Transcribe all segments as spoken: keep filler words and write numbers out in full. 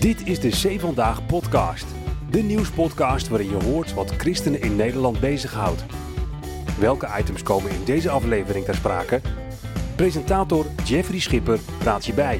Dit is de Zee Vandaag podcast. De nieuwspodcast waarin je hoort wat christenen in Nederland bezighoudt. Welke items komen in deze aflevering ter sprake? Presentator Jeffrey Schipper raadt je bij.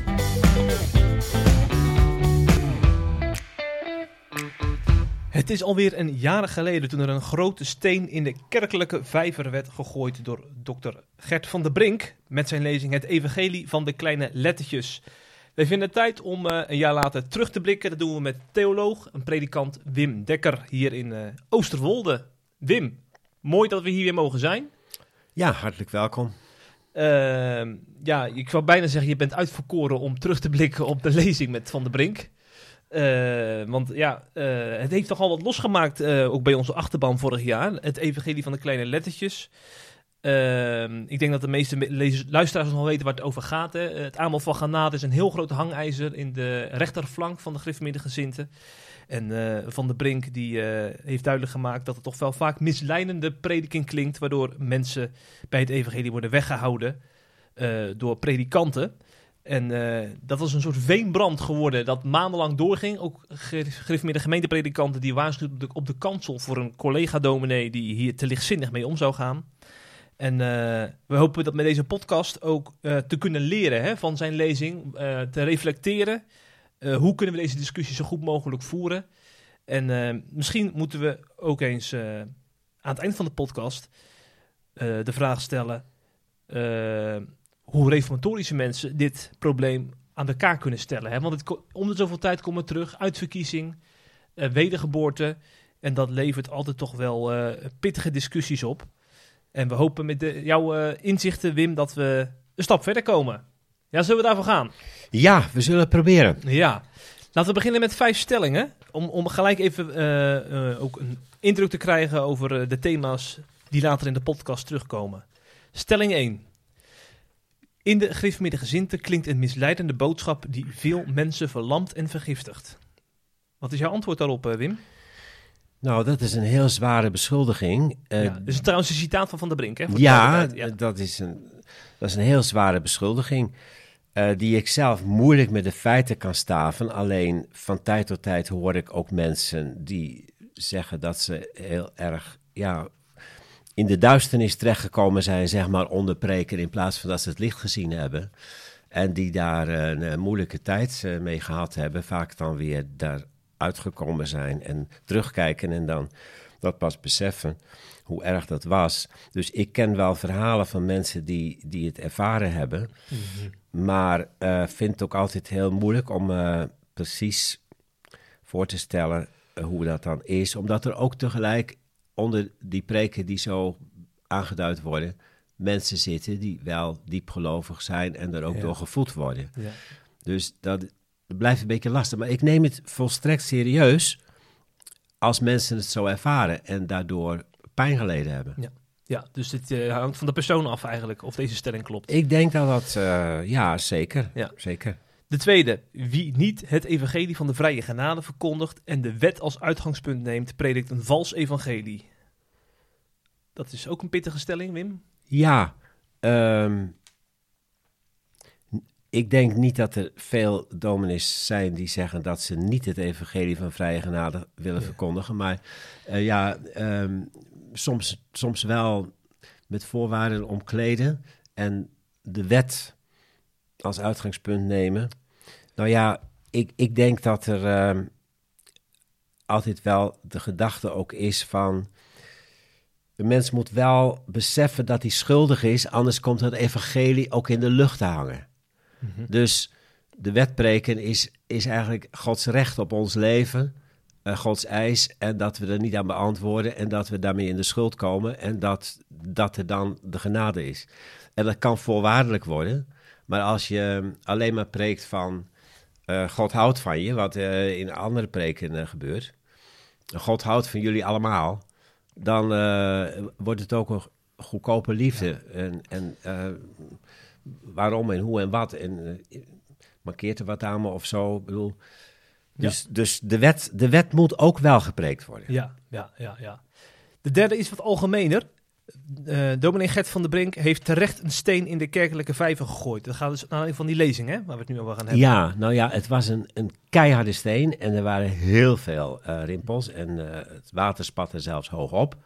Het is alweer een jaar geleden toen er een grote steen in de kerkelijke vijver werd gegooid door dokter Gert van der Brink met zijn lezing Het Evangelie van de Kleine Lettertjes. Wij vinden het tijd om uh, een jaar later terug te blikken. Dat doen we met theoloog en predikant Wim Dekker hier in uh, Oosterwolde. Wim, mooi dat we hier weer mogen zijn. Ja, hartelijk welkom. Uh, ja, ik zou bijna zeggen, je bent uitverkoren om terug te blikken op de lezing met Van der Brink. Uh, want ja, uh, het heeft toch al wat losgemaakt, uh, ook bij onze achterban vorig jaar. Het Evangelie van de Kleine Lettertjes. Uh, ik denk dat de meeste lezers, luisteraars nog wel weten waar het over gaat. Hè. Het aanbod van genade is een heel groot hangijzer in de rechterflank van de gereformeerde gezinten. En uh, Van der Brink die, uh, heeft duidelijk gemaakt dat het toch wel vaak misleidende prediking klinkt, waardoor mensen bij het evangelie worden weggehouden uh, door predikanten. En uh, dat was een soort veenbrand geworden dat maandenlang doorging. Ook gereformeerde gemeentepredikanten die waarschuwden op de, op de kansel voor een collega-dominee die hier te lichtzinnig mee om zou gaan. En uh, we hopen dat met deze podcast ook uh, te kunnen leren hè, van zijn lezing, uh, te reflecteren. Uh, hoe kunnen we deze discussie zo goed mogelijk voeren? En uh, misschien moeten we ook eens uh, aan het eind van de podcast uh, de vraag stellen Uh, hoe reformatorische mensen dit probleem aan de kaak kunnen stellen. Hè? Want het ko- om de zoveel tijd komen we terug, uitverkiezing, uh, wedergeboorte. En dat levert altijd toch wel uh, pittige discussies op. En we hopen met de, jouw uh, inzichten, Wim, dat we een stap verder komen. Ja, zullen we daarvoor gaan? Ja, we zullen het proberen. Ja. Laten we beginnen met vijf stellingen. Om, om gelijk even uh, uh, ook een indruk te krijgen over uh, de thema's die later in de podcast terugkomen. Stelling één. In de gereformeerde gezinten klinkt een misleidende boodschap die veel mensen verlamt en vergiftigt. Wat is jouw antwoord daarop, Wim? Nou, dat is een heel zware beschuldiging. Uh, ja, dat is trouwens een citaat van Van der Brink. Hè, voor ja, ja. Dat, is een, dat is een heel zware beschuldiging. Uh, die ik zelf moeilijk met de feiten kan staven. Alleen van tijd tot tijd hoor ik ook mensen die zeggen dat ze heel erg ja, in de duisternis terechtgekomen zijn, zeg maar, onder preken, in plaats van dat ze het licht gezien hebben. En die daar een, een moeilijke tijd uh, mee gehad hebben, vaak dan weer daar uitgekomen zijn en terugkijken en dan dat pas beseffen hoe erg dat was. Dus ik ken wel verhalen van mensen die, die het ervaren hebben, mm-hmm. maar uh, vind het ook altijd heel moeilijk om uh, precies voor te stellen uh, hoe dat dan is, omdat er ook tegelijk onder die preken die zo aangeduid worden, mensen zitten die wel diepgelovig zijn en er ook ja. door gevoed worden. Ja. Dus dat, dat blijft een beetje lastig. Maar ik neem het volstrekt serieus als mensen het zo ervaren en daardoor pijn geleden hebben. Ja, ja dus het uh, hangt van de persoon af eigenlijk, of deze stelling klopt. Ik denk dat dat, uh, ja, zeker, ja. zeker. De tweede, wie niet het evangelie van de vrije genade verkondigt en de wet als uitgangspunt neemt, predikt een vals evangelie. Dat is ook een pittige stelling, Wim. Ja, um, ik denk niet dat er veel dominees zijn die zeggen dat ze niet het evangelie van vrije genade willen ja. verkondigen. Maar uh, ja, um, soms, soms wel met voorwaarden omkleden en de wet als uitgangspunt nemen. Nou ja, ik, ik denk dat er um, altijd wel de gedachte ook is van, de mens moet wel beseffen dat hij schuldig is, anders komt het evangelie ook in de lucht te hangen. Mm-hmm. Dus de wet preken is, is eigenlijk Gods recht op ons leven, uh, Gods eis, en dat we er niet aan beantwoorden en dat we daarmee in de schuld komen en dat, dat er dan de genade is. En dat kan voorwaardelijk worden, maar als je alleen maar preekt van uh, God houdt van je, wat uh, in andere preken uh, gebeurt, God houdt van jullie allemaal, dan uh, wordt het ook een goedkope liefde. Ja. En, en uh, waarom en hoe en wat. En uh, markeert er wat aan me of zo. Ik bedoel, dus ja. dus de, wet, de wet moet ook wel gepreekt worden. Ja, ja, ja, ja. De derde is wat algemener. Uh, dominee Gert van der Brink heeft terecht een steen in de kerkelijke vijver gegooid. Dat gaat dus naar aanleiding van die lezing, hè, waar we het nu over gaan hebben. Ja, nou ja, het was een, een keiharde steen en er waren heel veel uh, rimpels en uh, het water spatte zelfs hoog op.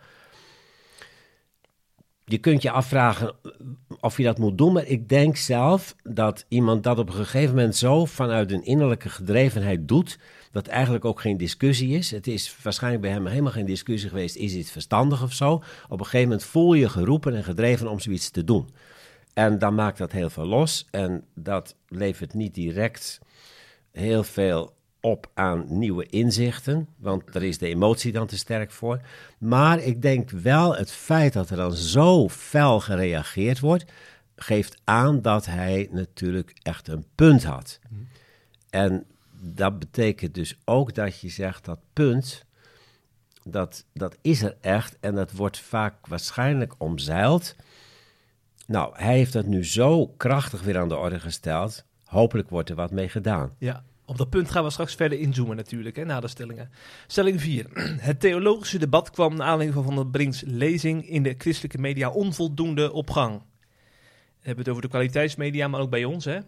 Je kunt je afvragen of je dat moet doen, maar ik denk zelf dat iemand dat op een gegeven moment zo vanuit een innerlijke gedrevenheid doet, dat eigenlijk ook geen discussie is. Het is waarschijnlijk bij hem helemaal geen discussie geweest, is dit verstandig of zo? Op een gegeven moment voel je geroepen en gedreven om zoiets te doen. En dan maakt dat heel veel los en dat levert niet direct heel veel op aan nieuwe inzichten, want daar is de emotie dan te sterk voor. Maar ik denk wel het feit dat er dan zo fel gereageerd wordt, geeft aan dat hij natuurlijk echt een punt had. Mm. En dat betekent dus ook dat je zegt dat punt, dat, dat is er echt en dat wordt vaak waarschijnlijk omzeild. Nou, hij heeft dat nu zo krachtig weer aan de orde gesteld. Hopelijk wordt er wat mee gedaan. Ja. Op dat punt gaan we straks verder inzoomen natuurlijk, hè, na de stellingen. Stelling vier. Het theologische debat kwam naar aanleiding van Van der Brink's lezing in de christelijke media onvoldoende op gang. We hebben het over de kwaliteitsmedia, maar ook bij ons, hè.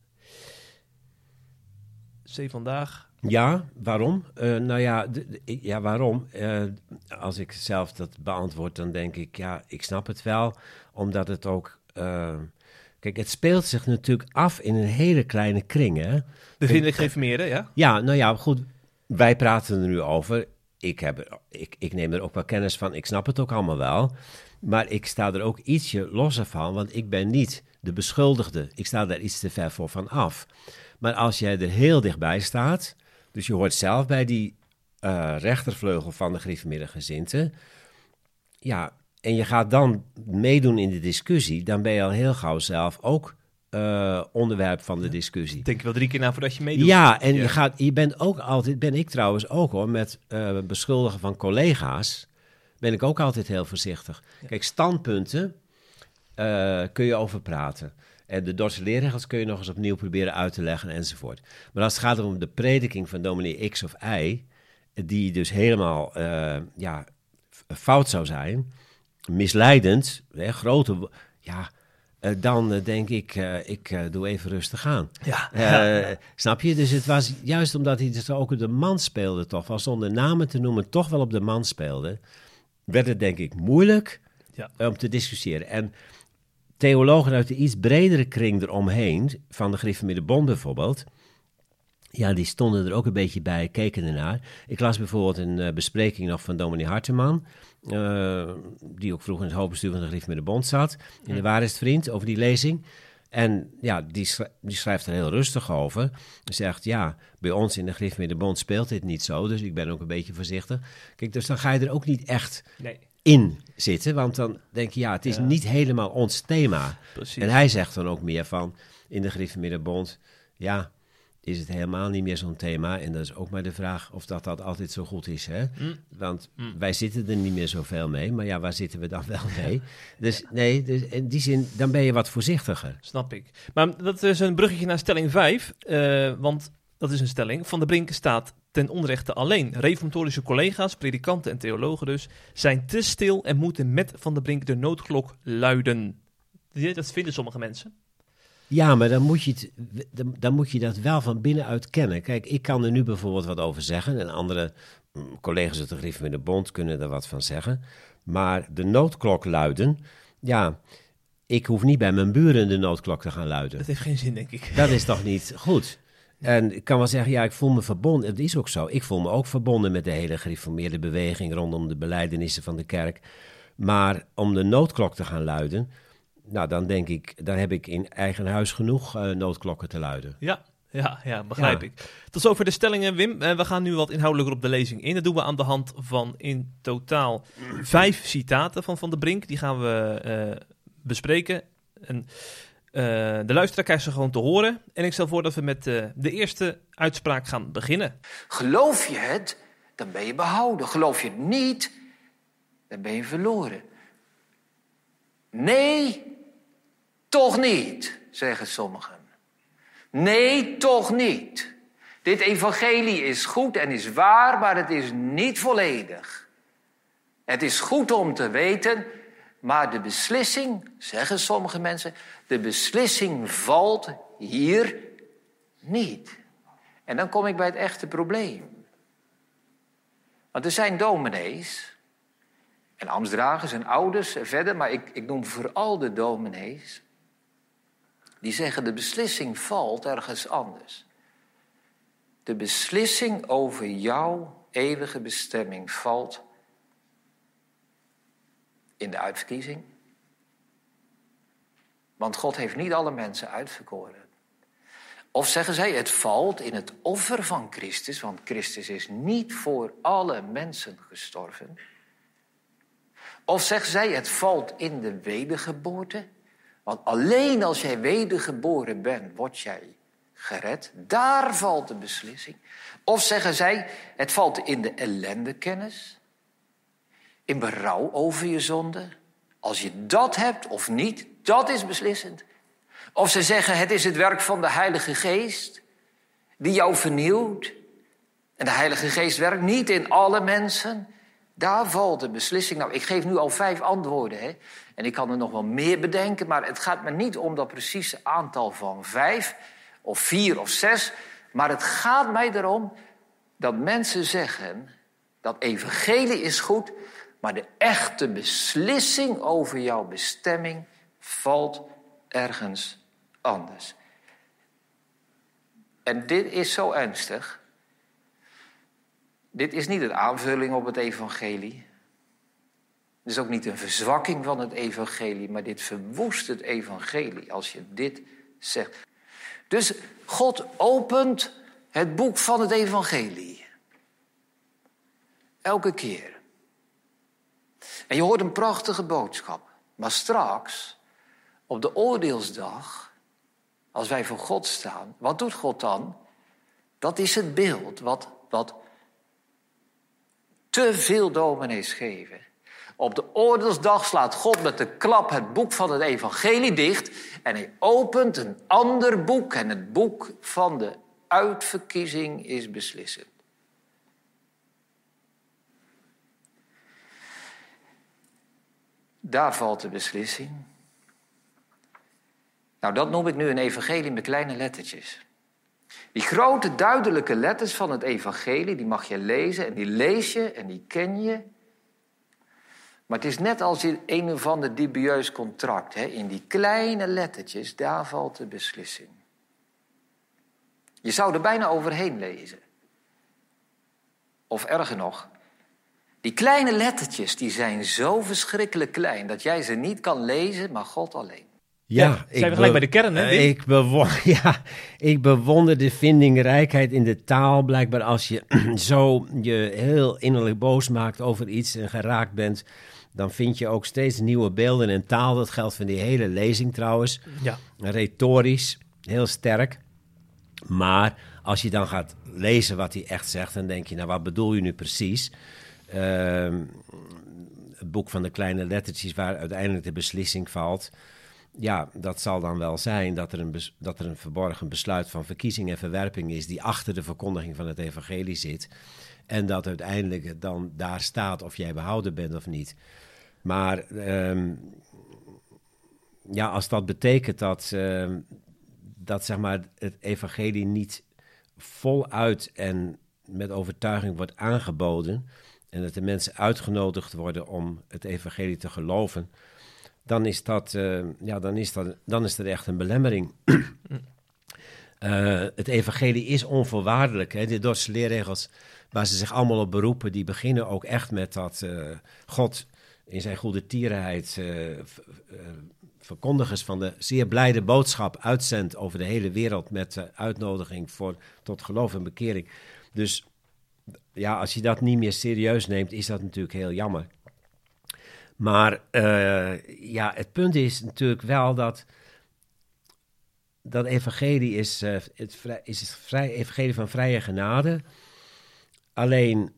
C vandaag. Ja, waarom? Uh, nou ja, d- d- ja waarom? Uh, als ik zelf dat beantwoord, dan denk ik, ja, ik snap het wel. Omdat het ook... Uh, Kijk, het speelt zich natuurlijk af in een hele kleine kring, hè. Bevindelijk gereformeerden, ja? Ja, nou ja, goed. Wij praten er nu over. Ik, heb er, ik, ik neem er ook wel kennis van. Ik snap het ook allemaal wel. Maar ik sta er ook ietsje losser van, want ik ben niet de beschuldigde. Ik sta daar iets te ver voor van af. Maar als jij er heel dichtbij staat, dus je hoort zelf bij die uh, rechtervleugel van de gereformeerde gezinten, ja, en je gaat dan meedoen in de discussie, dan ben je al heel gauw zelf ook uh, onderwerp van de discussie. Denk je wel drie keer na voordat je meedoet. Ja, en ja. Je, gaat, je bent ook altijd, ben ik trouwens ook hoor, met uh, beschuldigen van collega's, ben ik ook altijd heel voorzichtig. Ja. Kijk, standpunten uh, kun je over praten. En de Dordtse leerregels kun je nog eens opnieuw proberen uit te leggen enzovoort. Maar als het gaat om de prediking van dominee X of Y, die dus helemaal uh, ja, fout zou zijn, misleidend, hè, grote, ja, uh, dan uh, denk ik, uh, ik uh, doe even rustig aan. Ja. Uh, ja. Snap je? Dus het was juist omdat hij dus ook op de man speelde, toch wel zonder namen te noemen, toch wel op de man speelde, werd het denk ik moeilijk ja. om te discussiëren. En theologen uit de iets bredere kring eromheen, van de Gereformeerde Bond bijvoorbeeld, ja, die stonden er ook een beetje bij, keken ernaar. Ik las bijvoorbeeld een uh, bespreking nog van dominee Harteman, uh, die ook vroeger in het hoofdbestuur van de Gereformeerde Bond zat, in de Waarheidsvriend, over die lezing. En ja, die, sch- die schrijft er heel rustig over. Hij zegt, ja, bij ons in de Gereformeerde Bond speelt dit niet zo, dus ik ben ook een beetje voorzichtig. Kijk, dus dan ga je er ook niet echt nee. in zitten, want dan denk je, ja, het is ja. niet helemaal ons thema. Precies. En hij zegt dan ook meer van, in de Gereformeerde Bond, ja, is het helemaal niet meer zo'n thema. En dat is ook maar de vraag of dat, dat altijd zo goed is. Hè? Mm. Want mm. wij zitten er niet meer zoveel mee. Maar ja, waar zitten we dan wel mee? Dus nee, dus in die zin, dan ben je wat voorzichtiger. Snap ik. Maar dat is een bruggetje naar stelling vijf. Uh, want dat is een stelling. Van der Brink staat ten onrechte alleen. Reformatorische collega's, predikanten en theologen dus, zijn te stil en moeten met Van der Brink de noodklok luiden. Dat vinden sommige mensen. Ja, maar dan moet, je het, dan moet je dat wel van binnenuit kennen. Kijk, ik kan er nu bijvoorbeeld wat over zeggen. En andere collega's uit de Gereformeerde Bond kunnen er wat van zeggen. Maar de noodklok luiden, ja, ik hoef niet bij mijn buren de noodklok te gaan luiden. Dat heeft geen zin, denk ik. Dat is toch niet goed? En ik kan wel zeggen, ja, ik voel me verbonden. Het is ook zo. Ik voel me ook verbonden met de hele gereformeerde beweging rondom de belijdenissen van de kerk. Maar om de noodklok te gaan luiden, nou, dan denk ik, dan heb ik in eigen huis genoeg uh, noodklokken te luiden. Ja, ja, ja begrijp ja. ik. Tot zover de stellingen, Wim. Uh, we gaan nu wat inhoudelijker op de lezing in. Dat doen we aan de hand van in totaal vijf citaten van Van der Brink. Die gaan we uh, bespreken. En, uh, de luisteraar krijgt ze gewoon te horen. En ik stel voor dat we met uh, de eerste uitspraak gaan beginnen. Geloof je het, dan ben je behouden. Geloof je het niet, dan ben je verloren. Nee, toch niet, zeggen sommigen. Nee, toch niet. Dit evangelie is goed en is waar, maar het is niet volledig. Het is goed om te weten Maar de beslissing, zeggen sommige mensen, de beslissing valt hier niet. En dan kom ik bij het echte probleem. Want er zijn dominees en ambtsdragers en ouders en verder, maar ik, ik noem vooral de dominees, die zeggen de beslissing valt ergens anders. De beslissing over jouw eeuwige bestemming valt in de uitverkiezing. Want God heeft niet alle mensen uitverkoren. Of zeggen zij, het valt in het offer van Christus, want Christus is niet voor alle mensen gestorven. Of zeggen zij, het valt in de wedergeboorte, want alleen als jij wedergeboren bent, word jij gered. Daar valt de beslissing. Of zeggen zij, het valt in de ellendekennis, in berouw over je zonde. Als je dat hebt of niet, dat is beslissend. Of ze zeggen, het is het werk van de Heilige Geest die jou vernieuwt. En de Heilige Geest werkt niet in alle mensen. Daar valt de beslissing. Nou, ik geef nu al vijf antwoorden. Hè? En ik kan er nog wel meer bedenken. Maar het gaat me niet om dat precieze aantal van vijf of vier of zes. Maar het gaat mij erom dat mensen zeggen, dat evangelie is goed, maar de echte beslissing over jouw bestemming valt ergens anders. En dit is zo ernstig. Dit is niet een aanvulling op het evangelie. Het is ook niet een verzwakking van het evangelie, maar dit verwoest het evangelie als je dit zegt. Dus God opent het boek van het evangelie. Elke keer. En je hoort een prachtige boodschap. Maar straks, op de oordeelsdag, als wij voor God staan, wat doet God dan? Dat is het beeld wat, wat te veel dominees geven. Op de oordeelsdag slaat God met de klap het boek van het evangelie dicht en hij opent een ander boek en het boek van de uitverkiezing is beslissend. Daar valt de beslissing. Nou, dat noem ik nu een evangelie met kleine lettertjes. Die grote duidelijke letters van het evangelie, die mag je lezen en die lees je en die ken je. Maar het is net als in een of ander dubieus contract. Hè? In die kleine lettertjes, daar valt de beslissing. Je zou er bijna overheen lezen. Of erger nog, die kleine lettertjes die zijn zo verschrikkelijk klein dat jij ze niet kan lezen, maar God alleen. Ja, ja zijn we gelijk bij de kern, hè? Uh, ik, bewonder, ja, ik bewonder de vindingrijkheid in de taal. Blijkbaar als je zo je heel innerlijk boos maakt over iets en geraakt bent, dan vind je ook steeds nieuwe beelden en taal. Dat geldt van die hele lezing trouwens. Ja. Retorisch, heel sterk. Maar als je dan gaat lezen wat hij echt zegt, dan denk je, nou, wat bedoel je nu precies? Uh, het boek van de kleine lettertjes waar uiteindelijk de beslissing valt. Ja, dat zal dan wel zijn dat er, een bes- dat er een verborgen besluit van verkiezing en verwerping is die achter de verkondiging van het evangelie zit. En dat uiteindelijk het dan daar staat of jij behouden bent of niet. Maar um, ja, als dat betekent dat, uh, dat zeg maar het evangelie niet voluit en met overtuiging wordt aangeboden en dat de mensen uitgenodigd worden om het evangelie te geloven, dan is dat, uh, ja, dan is dat, dan is dat echt een belemmering. uh, het evangelie is onvoorwaardelijk. Hè? De Dordtse leerregels waar ze zich allemaal op beroepen, die beginnen ook echt met dat uh, God in zijn goede tierenheid uh, v- uh, verkondigers van de zeer blijde boodschap uitzendt over de hele wereld met uh, uitnodiging voor, tot geloof en bekering. Dus ja, als je dat niet meer serieus neemt, is dat natuurlijk heel jammer. Maar uh, ja, het punt is natuurlijk wel dat dat evangelie is, uh, het, vrij, is het vrij, evangelie van vrije genade. Alleen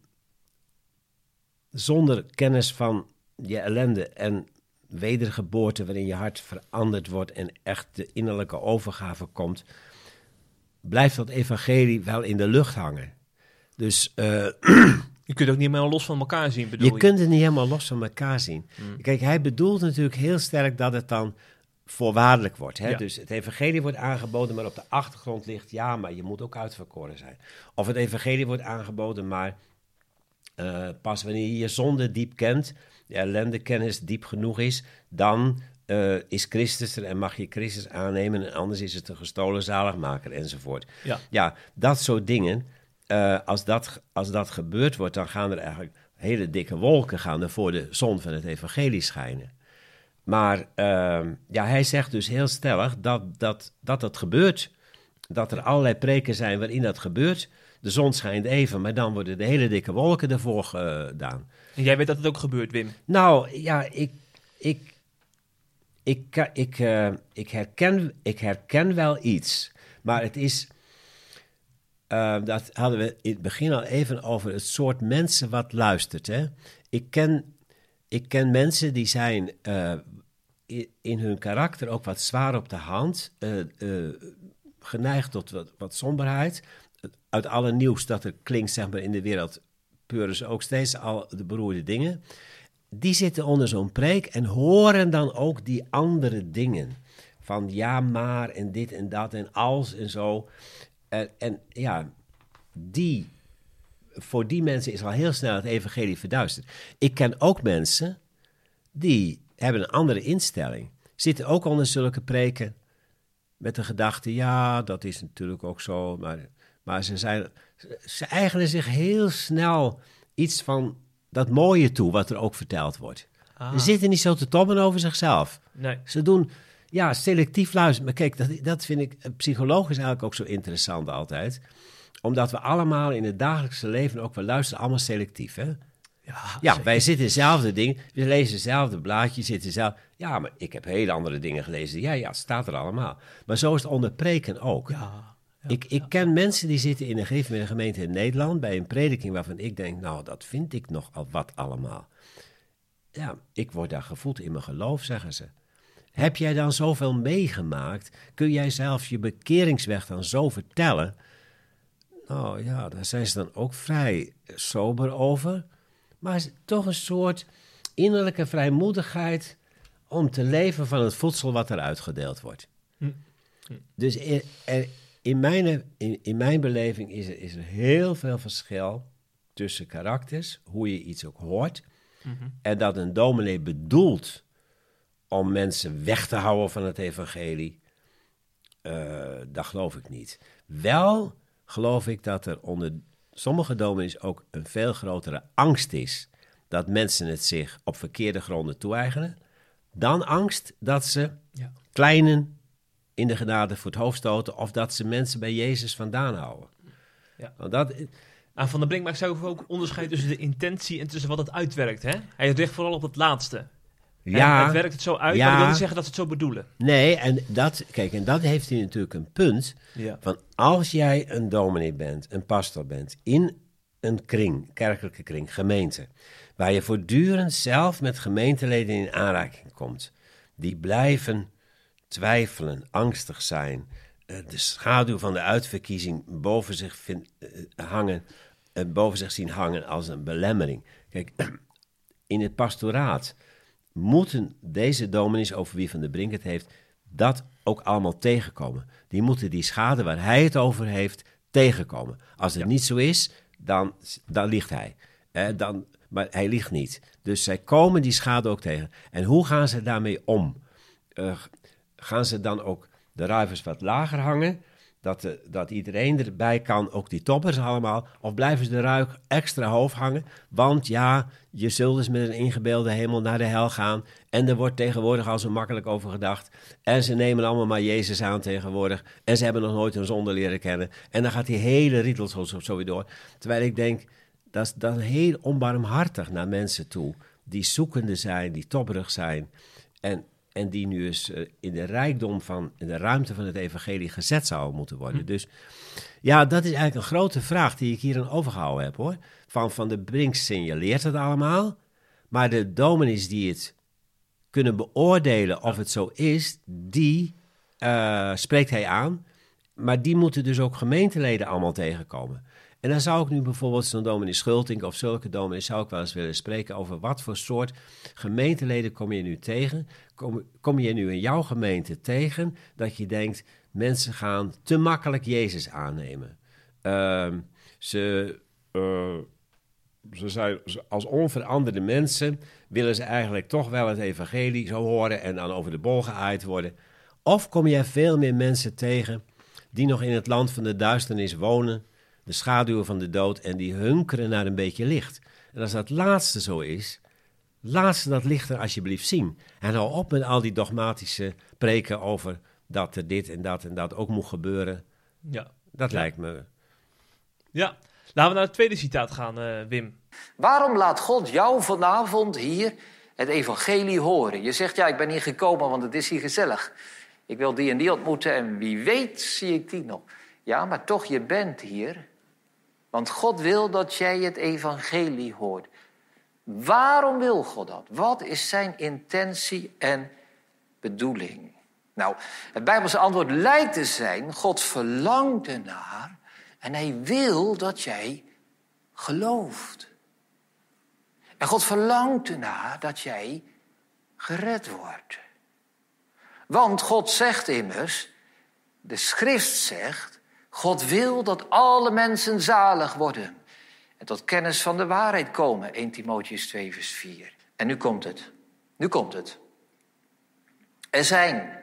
zonder kennis van je ellende en wedergeboorte waarin je hart veranderd wordt en echt de innerlijke overgave komt, blijft dat evangelie wel in de lucht hangen. Dus uh, Je kunt ook niet meer los van elkaar zien, bedoel je? Je kunt het niet helemaal los van elkaar zien. Hmm. Kijk, hij bedoelt natuurlijk heel sterk dat het dan voorwaardelijk wordt. Hè? Ja. Dus het evangelie wordt aangeboden, maar op de achtergrond ligt... ja, maar je moet ook uitverkoren zijn. Of het evangelie wordt aangeboden, maar uh, pas wanneer je je zonde diep kent... de ellendekennis diep genoeg is... dan uh, is Christus er en mag je Christus aannemen... en anders is het een gestolen zaligmaker enzovoort. Ja, Ja, dat soort dingen... Uh, als, dat, als dat gebeurd wordt, dan gaan er eigenlijk hele dikke wolken gaan er voor de zon van het evangelie schijnen. Maar uh, ja, hij zegt dus heel stellig dat, dat, dat het gebeurt. Dat er allerlei preken zijn waarin dat gebeurt. De zon schijnt even, maar dan worden de hele dikke wolken ervoor gedaan. en jij weet dat het ook gebeurt, Wim. Nou, ja, ik, ik, ik, ik, uh, ik, herken, ik herken wel iets, maar het is... Uh, dat hadden we in het begin al even over het soort mensen wat luistert. Hè? Ik, ken, ik ken mensen die zijn uh, in, in hun karakter ook wat zwaar op de hand. Uh, uh, geneigd tot wat, wat somberheid. Uit alle nieuws dat er klinkt, zeg maar, in de wereld... peuren ze ook steeds al de beroerde dingen. Die zitten onder zo'n preek en horen dan ook die andere dingen. Van ja, maar en dit en dat en als en zo... En, en ja, die, voor die mensen is al heel snel het evangelie verduisterd. Ik ken ook mensen die hebben een andere instelling. Zitten ook onder zulke preken met de gedachte... ja, dat is natuurlijk ook zo. Maar, maar ze, zijn, ze eigenen zich heel snel iets van dat mooie toe... wat er ook verteld wordt. Ah. Ze zitten niet zo te tobben over zichzelf. Nee. Ze doen... Ja, selectief luisteren. Maar kijk, dat, dat vind ik psychologisch eigenlijk ook zo interessant altijd. Omdat we allemaal in het dagelijkse leven ook wel luisteren, allemaal selectief, hè? Ja, Ja, wij zitten hetzelfde ding, we lezen hetzelfde blaadje, zitten zelf. Ja, maar ik heb hele andere dingen gelezen. Ja, ja, het staat er allemaal. Maar zo is het onder preken ook. Ja, ja, ik ik ja. ken mensen die zitten in een gereformeerde gemeente in Nederland... bij een prediking waarvan ik denk, nou, dat vind ik nogal wat allemaal. Ja, ik word daar gevoed in mijn geloof, zeggen ze. Heb jij dan zoveel meegemaakt? Kun jij zelf je bekeringsweg dan zo vertellen? Nou ja, daar zijn ze dan ook vrij sober over. Maar toch een soort innerlijke vrijmoedigheid... om te leven van het voedsel wat er uitgedeeld wordt. Hm. Hm. Dus er, er, in, mijn, in, in mijn beleving is er, is er heel veel verschil... tussen karakters, hoe je iets ook hoort... Mm-hmm. en dat een dominee bedoelt... om mensen weg te houden van het evangelie, uh, dat geloof ik niet. Wel geloof ik dat er onder sommige dominees ook een veel grotere angst is... dat mensen het zich op verkeerde gronden toe-eigenen... dan angst dat ze Ja. kleinen in de genade voor het hoofd stoten... of dat ze mensen bij Jezus vandaan houden. Ja. Want dat... Aan Van der Brink maakt zelf ook onderscheid tussen de intentie en tussen wat het uitwerkt. Hè? Hij richt vooral op het laatste. Ja, En het werkt het zo uit, ja. maar dat wil niet zeggen dat ze het zo bedoelen. Nee, en dat, kijk, en dat heeft hij natuurlijk een punt... Ja. van als jij een dominee bent, een pastor bent... in een kring, kerkelijke kring, gemeente... waar je voortdurend zelf met gemeenteleden in aanraking komt... die blijven twijfelen, angstig zijn... Uh, de schaduw van de uitverkiezing boven zich vind, uh, hangen... Uh, boven zich zien hangen als een belemmering. Kijk, in het pastoraat... moeten deze dominees, over wie Van der Brink het heeft... dat ook allemaal tegenkomen. Die moeten die schade waar hij het over heeft tegenkomen. Als het Ja. niet zo is, dan, dan liegt hij. Eh, dan, maar hij liegt niet. Dus zij komen die schade ook tegen. En hoe gaan ze daarmee om? Uh, gaan ze dan ook de ruivers wat lager hangen... Dat, de, dat iedereen erbij kan, ook die toppers allemaal... of blijven ze de ruik extra hoog hangen? Want ja, je zult dus met een ingebeelde hemel naar de hel gaan... en er wordt tegenwoordig al zo makkelijk over gedacht... en ze nemen allemaal maar Jezus aan tegenwoordig... en ze hebben nog nooit een zonde leren kennen... en dan gaat die hele riedel zo, zo, zo weer door. Terwijl ik denk, dat is, dat is heel onbarmhartig naar mensen toe... die zoekende zijn, die topperig zijn... en En die nu eens uh, in de rijkdom van, in de ruimte van het evangelie gezet zou moeten worden. Hm. Dus ja, dat is eigenlijk een grote vraag die ik hier aan overgehouden heb, hoor. Van Van der Brink signaleert het allemaal. Maar de dominees die het kunnen beoordelen of het zo is, die uh, spreekt hij aan. Maar die moeten dus ook gemeenteleden allemaal tegenkomen. En dan zou ik nu bijvoorbeeld zo'n dominee Schulting of zulke dominees zou ik wel eens willen spreken over wat voor soort gemeenteleden kom je nu tegen? Kom, kom je nu in jouw gemeente tegen dat je denkt, mensen gaan te makkelijk Jezus aannemen. Uh, ze, uh, ze zijn als onveranderde mensen, willen ze eigenlijk toch wel het evangelie zo horen en dan over de bol geaaid worden. Of kom je veel meer mensen tegen die nog in het land van de duisternis wonen, de schaduwen van de dood, en die hunkeren naar een beetje licht. En als dat laatste zo is, laat ze dat licht er alsjeblieft zien. En hou op met al die dogmatische preken over dat er dit en dat en dat ook moet gebeuren. Ja. Dat ja. lijkt me... Ja, laten we naar het tweede citaat gaan, uh, Wim. Waarom laat God jou vanavond hier het evangelie horen? Je zegt, ja, ik ben hier gekomen, want het is hier gezellig. Ik wil die en die ontmoeten en wie weet zie ik die nog. Ja, maar toch, je bent hier. Want God wil dat jij het evangelie hoort. Waarom wil God dat? Wat is zijn intentie en bedoeling? Nou, het Bijbelse antwoord lijkt te zijn, God verlangt ernaar en hij wil dat jij gelooft. En God verlangt ernaar dat jij gered wordt. Want God zegt immers, de schrift zegt, God wil dat alle mensen zalig worden en tot kennis van de waarheid komen. Eerste Timotheüs twee vers vier. En nu komt het. Nu komt het. Er zijn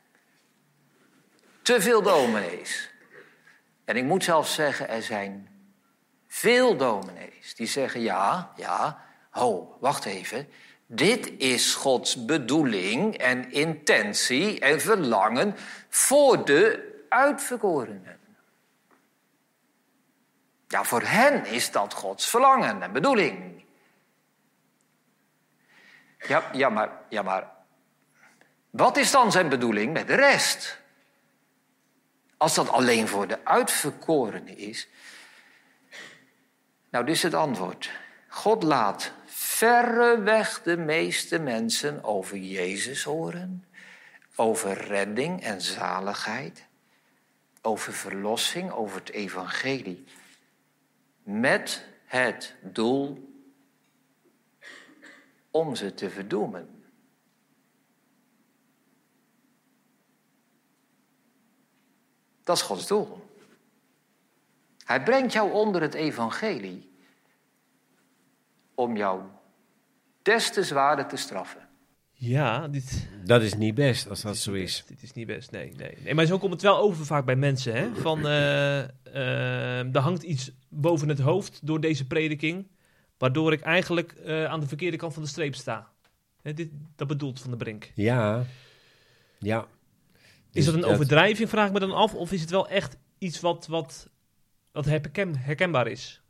te veel dominees. En ik moet zelfs zeggen, er zijn veel dominees die zeggen, ja, ja, ho, wacht even. Dit is Gods bedoeling en intentie en verlangen voor de uitverkorenen. Ja, voor hen is dat Gods verlangen en bedoeling. Ja, ja, maar, ja, maar wat is dan zijn bedoeling met de rest? Als dat alleen voor de uitverkorenen is. Nou, dit is het antwoord. God laat verreweg de meeste mensen over Jezus horen, over redding en zaligheid, over verlossing, over het evangelie, met het doel om ze te verdoemen. Dat is Gods doel. Hij brengt jou onder het evangelie om jou des te zwaarder te straffen. Ja, dit... Dat is niet best, als dat dit zo is. Best. Dit is niet best, nee, nee. nee. Maar zo komt het wel over vaak bij mensen, hè. Van, uh, uh, er hangt iets boven het hoofd door deze prediking, waardoor ik eigenlijk uh, aan de verkeerde kant van de streep sta. Hè, dit, dat bedoelt Van der Brink. Ja, ja. Is dat een dat... overdrijving, vraag ik me dan af, of is het wel echt iets wat, wat, wat herken, herkenbaar is?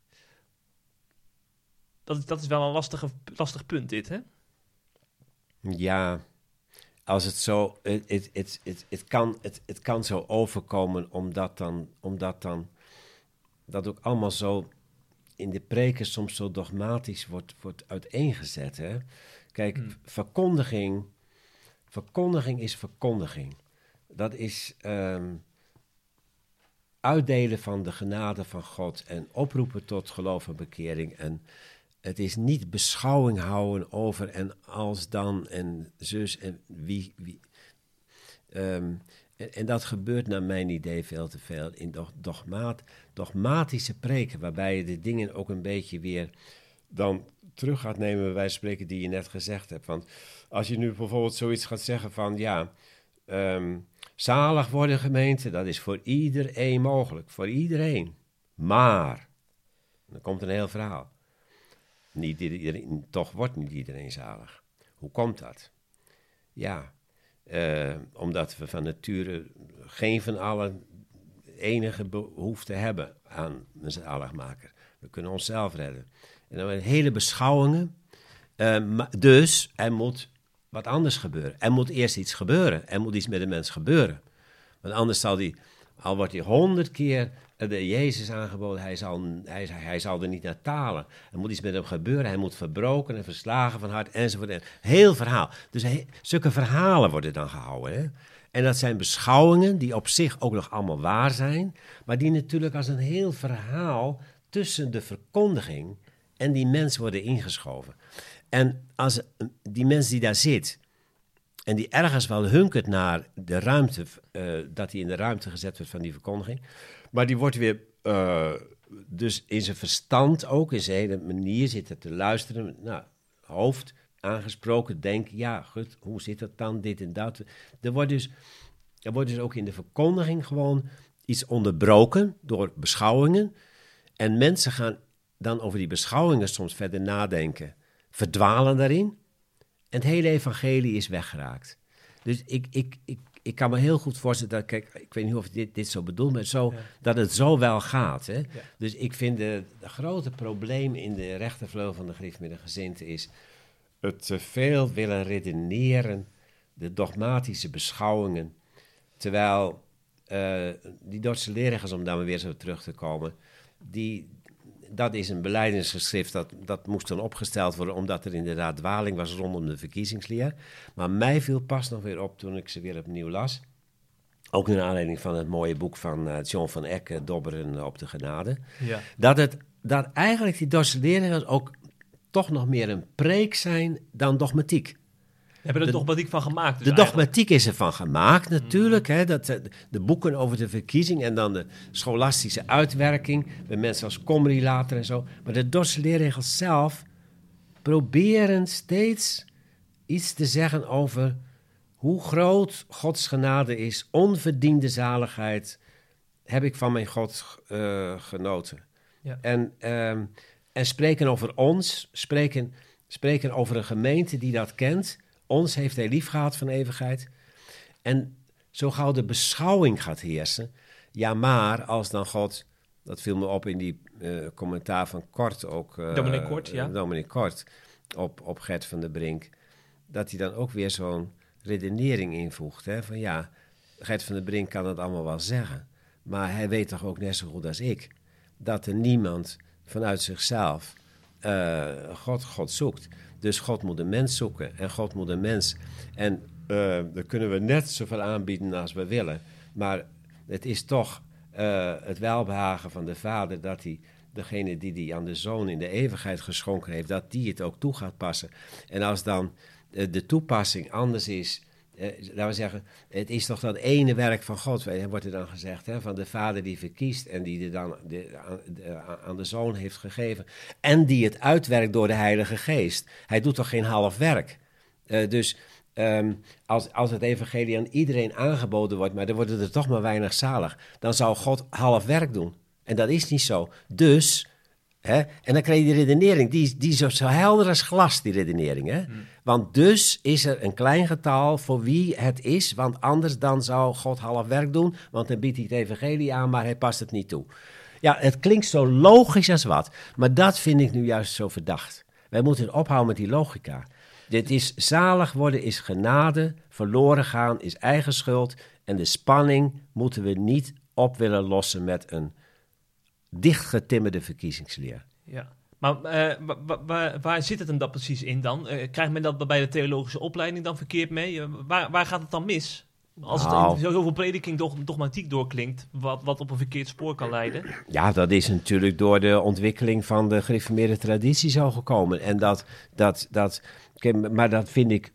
Dat, dat is wel een lastige, lastig punt, dit, hè? Ja, als het zo, het, het, het, het, het, kan, het, het kan zo overkomen omdat dan, omdat dan dat ook allemaal zo in de preken soms zo dogmatisch wordt, wordt uiteengezet. Hè? Kijk, hmm. verkondiging, verkondiging is verkondiging. Dat is um, uitdelen van de genade van God en oproepen tot geloof en bekering. En het is niet beschouwing houden over en als dan en zus en wie. wie. Um, en, en dat gebeurt naar mijn idee veel te veel in dogmaat, dogmatische preken, waarbij je de dingen ook een beetje weer dan terug gaat nemen, bij wijze van spreken, die je net gezegd hebt. Want als je nu bijvoorbeeld zoiets gaat zeggen van, ja, um, zalig worden gemeente, dat is voor iedereen mogelijk, voor iedereen. Maar, dan komt een heel verhaal. Niet iedereen, toch wordt niet iedereen zalig. Hoe komt dat? Ja, uh, omdat we van nature geen van allen enige behoefte hebben aan een zaligmaker. We kunnen onszelf redden. En dan een hele beschouwingen. Uh, dus er moet wat anders gebeuren. Er moet eerst iets gebeuren. Er moet iets met de mens gebeuren. Want anders zal die, al wordt hij honderd keer de Jezus aangeboden, hij zal, hij, hij zal er niet naar talen. Er moet iets met hem gebeuren, hij moet verbroken en verslagen van hart, enzovoort. En heel verhaal. Dus he, zulke verhalen worden dan gehouden. Hè? En dat zijn beschouwingen die op zich ook nog allemaal waar zijn, maar die natuurlijk als een heel verhaal tussen de verkondiging en die mens worden ingeschoven. En als die mens die daar zit en die ergens wel hunkert naar de ruimte, uh, dat hij in de ruimte gezet wordt van die verkondiging, maar die wordt weer uh, dus in zijn verstand ook, in zijn hele manier zitten te luisteren, nou, hoofd aangesproken, denken, ja, goed, hoe zit dat dan, dit en dat. Er wordt dus, er wordt dus ook in de verkondiging gewoon iets onderbroken door beschouwingen. En mensen gaan dan over die beschouwingen soms verder nadenken, verdwalen daarin. En het hele evangelie is weggeraakt. Dus ik, ik, ik, ik kan me heel goed voorstellen, dat, kijk, ik weet niet of dit, dit zo bedoelt, maar zo, ja. dat het zo wel gaat. Hè? Ja. Dus ik vind de, de grote probleem in de rechtervleugel van de Gereformeerde is het te veel willen redeneren, de dogmatische beschouwingen, terwijl uh, die Duitse leerregels, om daar maar weer zo terug te komen, die, dat is een belijdenisgeschrift, dat, dat moest dan opgesteld worden, omdat er inderdaad dwaling was rondom de verkiezingsleer. Maar mij viel pas nog weer op toen ik ze weer opnieuw las, ook naar aanleiding van het mooie boek van uh, John van Eck, Dobberen op de genade, ja. dat, het, dat eigenlijk die Duitse leerregels ook toch nog meer een preek zijn dan dogmatiek. Hebben er de dogmatiek van gemaakt? Dus de dogmatiek eigenlijk. Is er van gemaakt natuurlijk. Mm. Hè, dat, de, de boeken over de verkiezing en dan de scholastische uitwerking, bij mensen als Comrie later en zo. Maar de Duitse leerregels zelf proberen steeds iets te zeggen over hoe groot Gods genade is, onverdiende zaligheid, heb ik van mijn God uh, genoten. Ja. En... Um, En spreken over ons, spreken, spreken over een gemeente die dat kent. Ons heeft hij lief gehad van eeuwigheid. En zo gauw de beschouwing gaat heersen. Ja, maar als dan God, dat viel me op in die uh, commentaar van Kort ook. Uh, Dominic Kort, ja. Dominic Kort op, op Gert van der Brink. Dat hij dan ook weer zo'n redenering invoegt. Hè, van ja, Gert van der Brink kan het allemaal wel zeggen. Maar hij weet toch ook net zo goed als ik dat er niemand vanuit zichzelf uh, God, God zoekt. Dus God moet een mens zoeken en God moet een mens. En uh, dan kunnen we net zoveel aanbieden als we willen. Maar het is toch uh, het welbehagen van de Vader dat hij, degene die hij aan de Zoon in de eeuwigheid geschonken heeft, dat die het ook toe gaat passen. En als dan uh, de toepassing anders is, Uh, laten we zeggen, het is toch dat ene werk van God, wordt er dan gezegd, hè, van de Vader die verkiest en die er dan de, de, aan de Zoon heeft gegeven. En die het uitwerkt door de Heilige Geest. Hij doet toch geen half werk? Uh, dus um, als, als het evangelie aan iedereen aangeboden wordt, maar er worden er toch maar weinig zalig, dan zou God half werk doen. En dat is niet zo. Dus... Hè? En dan krijg je die redenering, die, die is zo, zo helder als glas, die redenering. Hè? Hmm. Want dus is er een klein getal voor wie het is, want anders dan zou God half werk doen, want dan biedt hij het evangelie aan, maar hij past het niet toe. Ja, het klinkt zo logisch als wat, maar dat vind ik nu juist zo verdacht. Wij moeten ophouden met die logica. Dit is zalig worden, is genade, verloren gaan is eigen schuld en de spanning moeten we niet op willen lossen met een dichtgetimmerde verkiezingsleer. Ja, maar uh, waar, waar, waar zit het hem dat precies in dan? Uh, krijgt men dat bij de theologische opleiding dan verkeerd mee? Uh, waar, waar gaat het dan mis? Als nou, het in zoveel prediking dog, dogmatiek doorklinkt, wat, wat op een verkeerd spoor kan leiden? Ja, dat is natuurlijk door de ontwikkeling van de gereformeerde traditie zo gekomen. En dat, dat, dat, maar dat vind ik,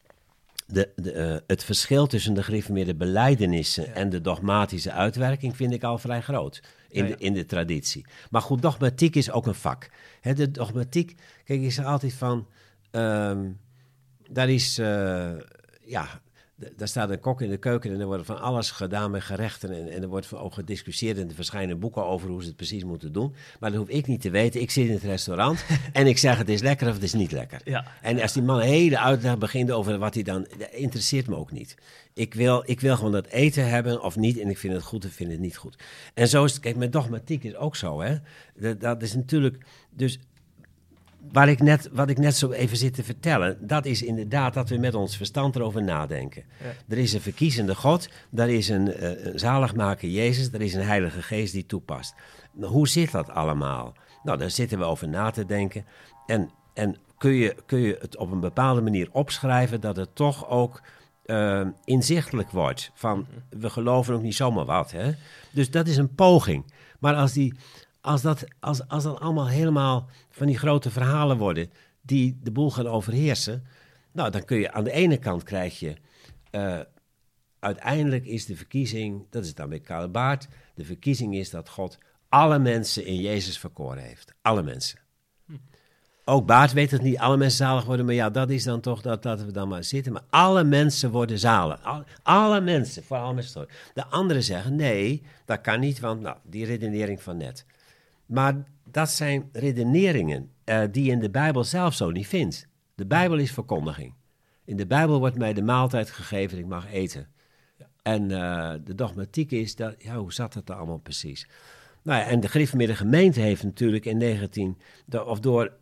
de, de, uh, het verschil tussen de gereformeerde belijdenissen ja. en de dogmatische uitwerking vind ik al vrij groot. In, ja, ja. De, in de traditie. Maar goed, dogmatiek is ook een vak. He, de dogmatiek, kijk, ik zeg altijd van, um, daar is, uh, ja, d- daar staat een kok in de keuken en er wordt van alles gedaan met gerechten en, en er wordt ook gediscussieerd en er verschijnen boeken over hoe ze het precies moeten doen. Maar dat hoef ik niet te weten. Ik zit in het restaurant en ik zeg het is lekker of het is niet lekker. Ja. En als die man een hele uitleg begint over wat hij dan, dat interesseert me ook niet. Ik wil, ik wil gewoon dat eten hebben of niet en ik vind het goed of vind het niet goed. En zo is het, kijk, met dogmatiek is ook zo, hè. Dat, dat is natuurlijk, dus waar ik net, wat ik net zo even zit te vertellen, dat is inderdaad dat we met ons verstand erover nadenken. Ja. Er is een verkiezende God, er is een, uh, een zaligmaker Jezus, er is een Heilige Geest die toepast. Nou, hoe zit dat allemaal? Nou, daar zitten we over na te denken en, en kun je, kun je het op een bepaalde manier opschrijven dat het toch ook Uh, inzichtelijk wordt. Van, we geloven ook niet zomaar wat. Hè? Dus dat is een poging. Maar als die, als dat, als, als dat allemaal helemaal van die grote verhalen worden die de boel gaan overheersen, nou, dan kun je aan de ene kant krijg je, uh, uiteindelijk is de verkiezing, dat is dan bij Karl Barth, de verkiezing is dat God alle mensen in Jezus verkoren heeft. Alle mensen. Hm. Ook Barth weet dat niet alle mensen zalig worden, maar ja, dat is dan toch, dat laten we dan maar zitten. Maar alle mensen worden zalig. Alle, alle mensen, voor alle mensen. De anderen zeggen, nee, dat kan niet, want nou, die redenering van net. Maar dat zijn redeneringen uh, die je in de Bijbel zelf zo niet vindt. De Bijbel is verkondiging. In de Bijbel wordt mij de maaltijd gegeven en ik mag eten. Ja. En uh, de dogmatiek is, dat, ja, hoe zat dat er allemaal precies? Nou ja, en de gereformeerde gemeente heeft natuurlijk in negentien... Do, of door,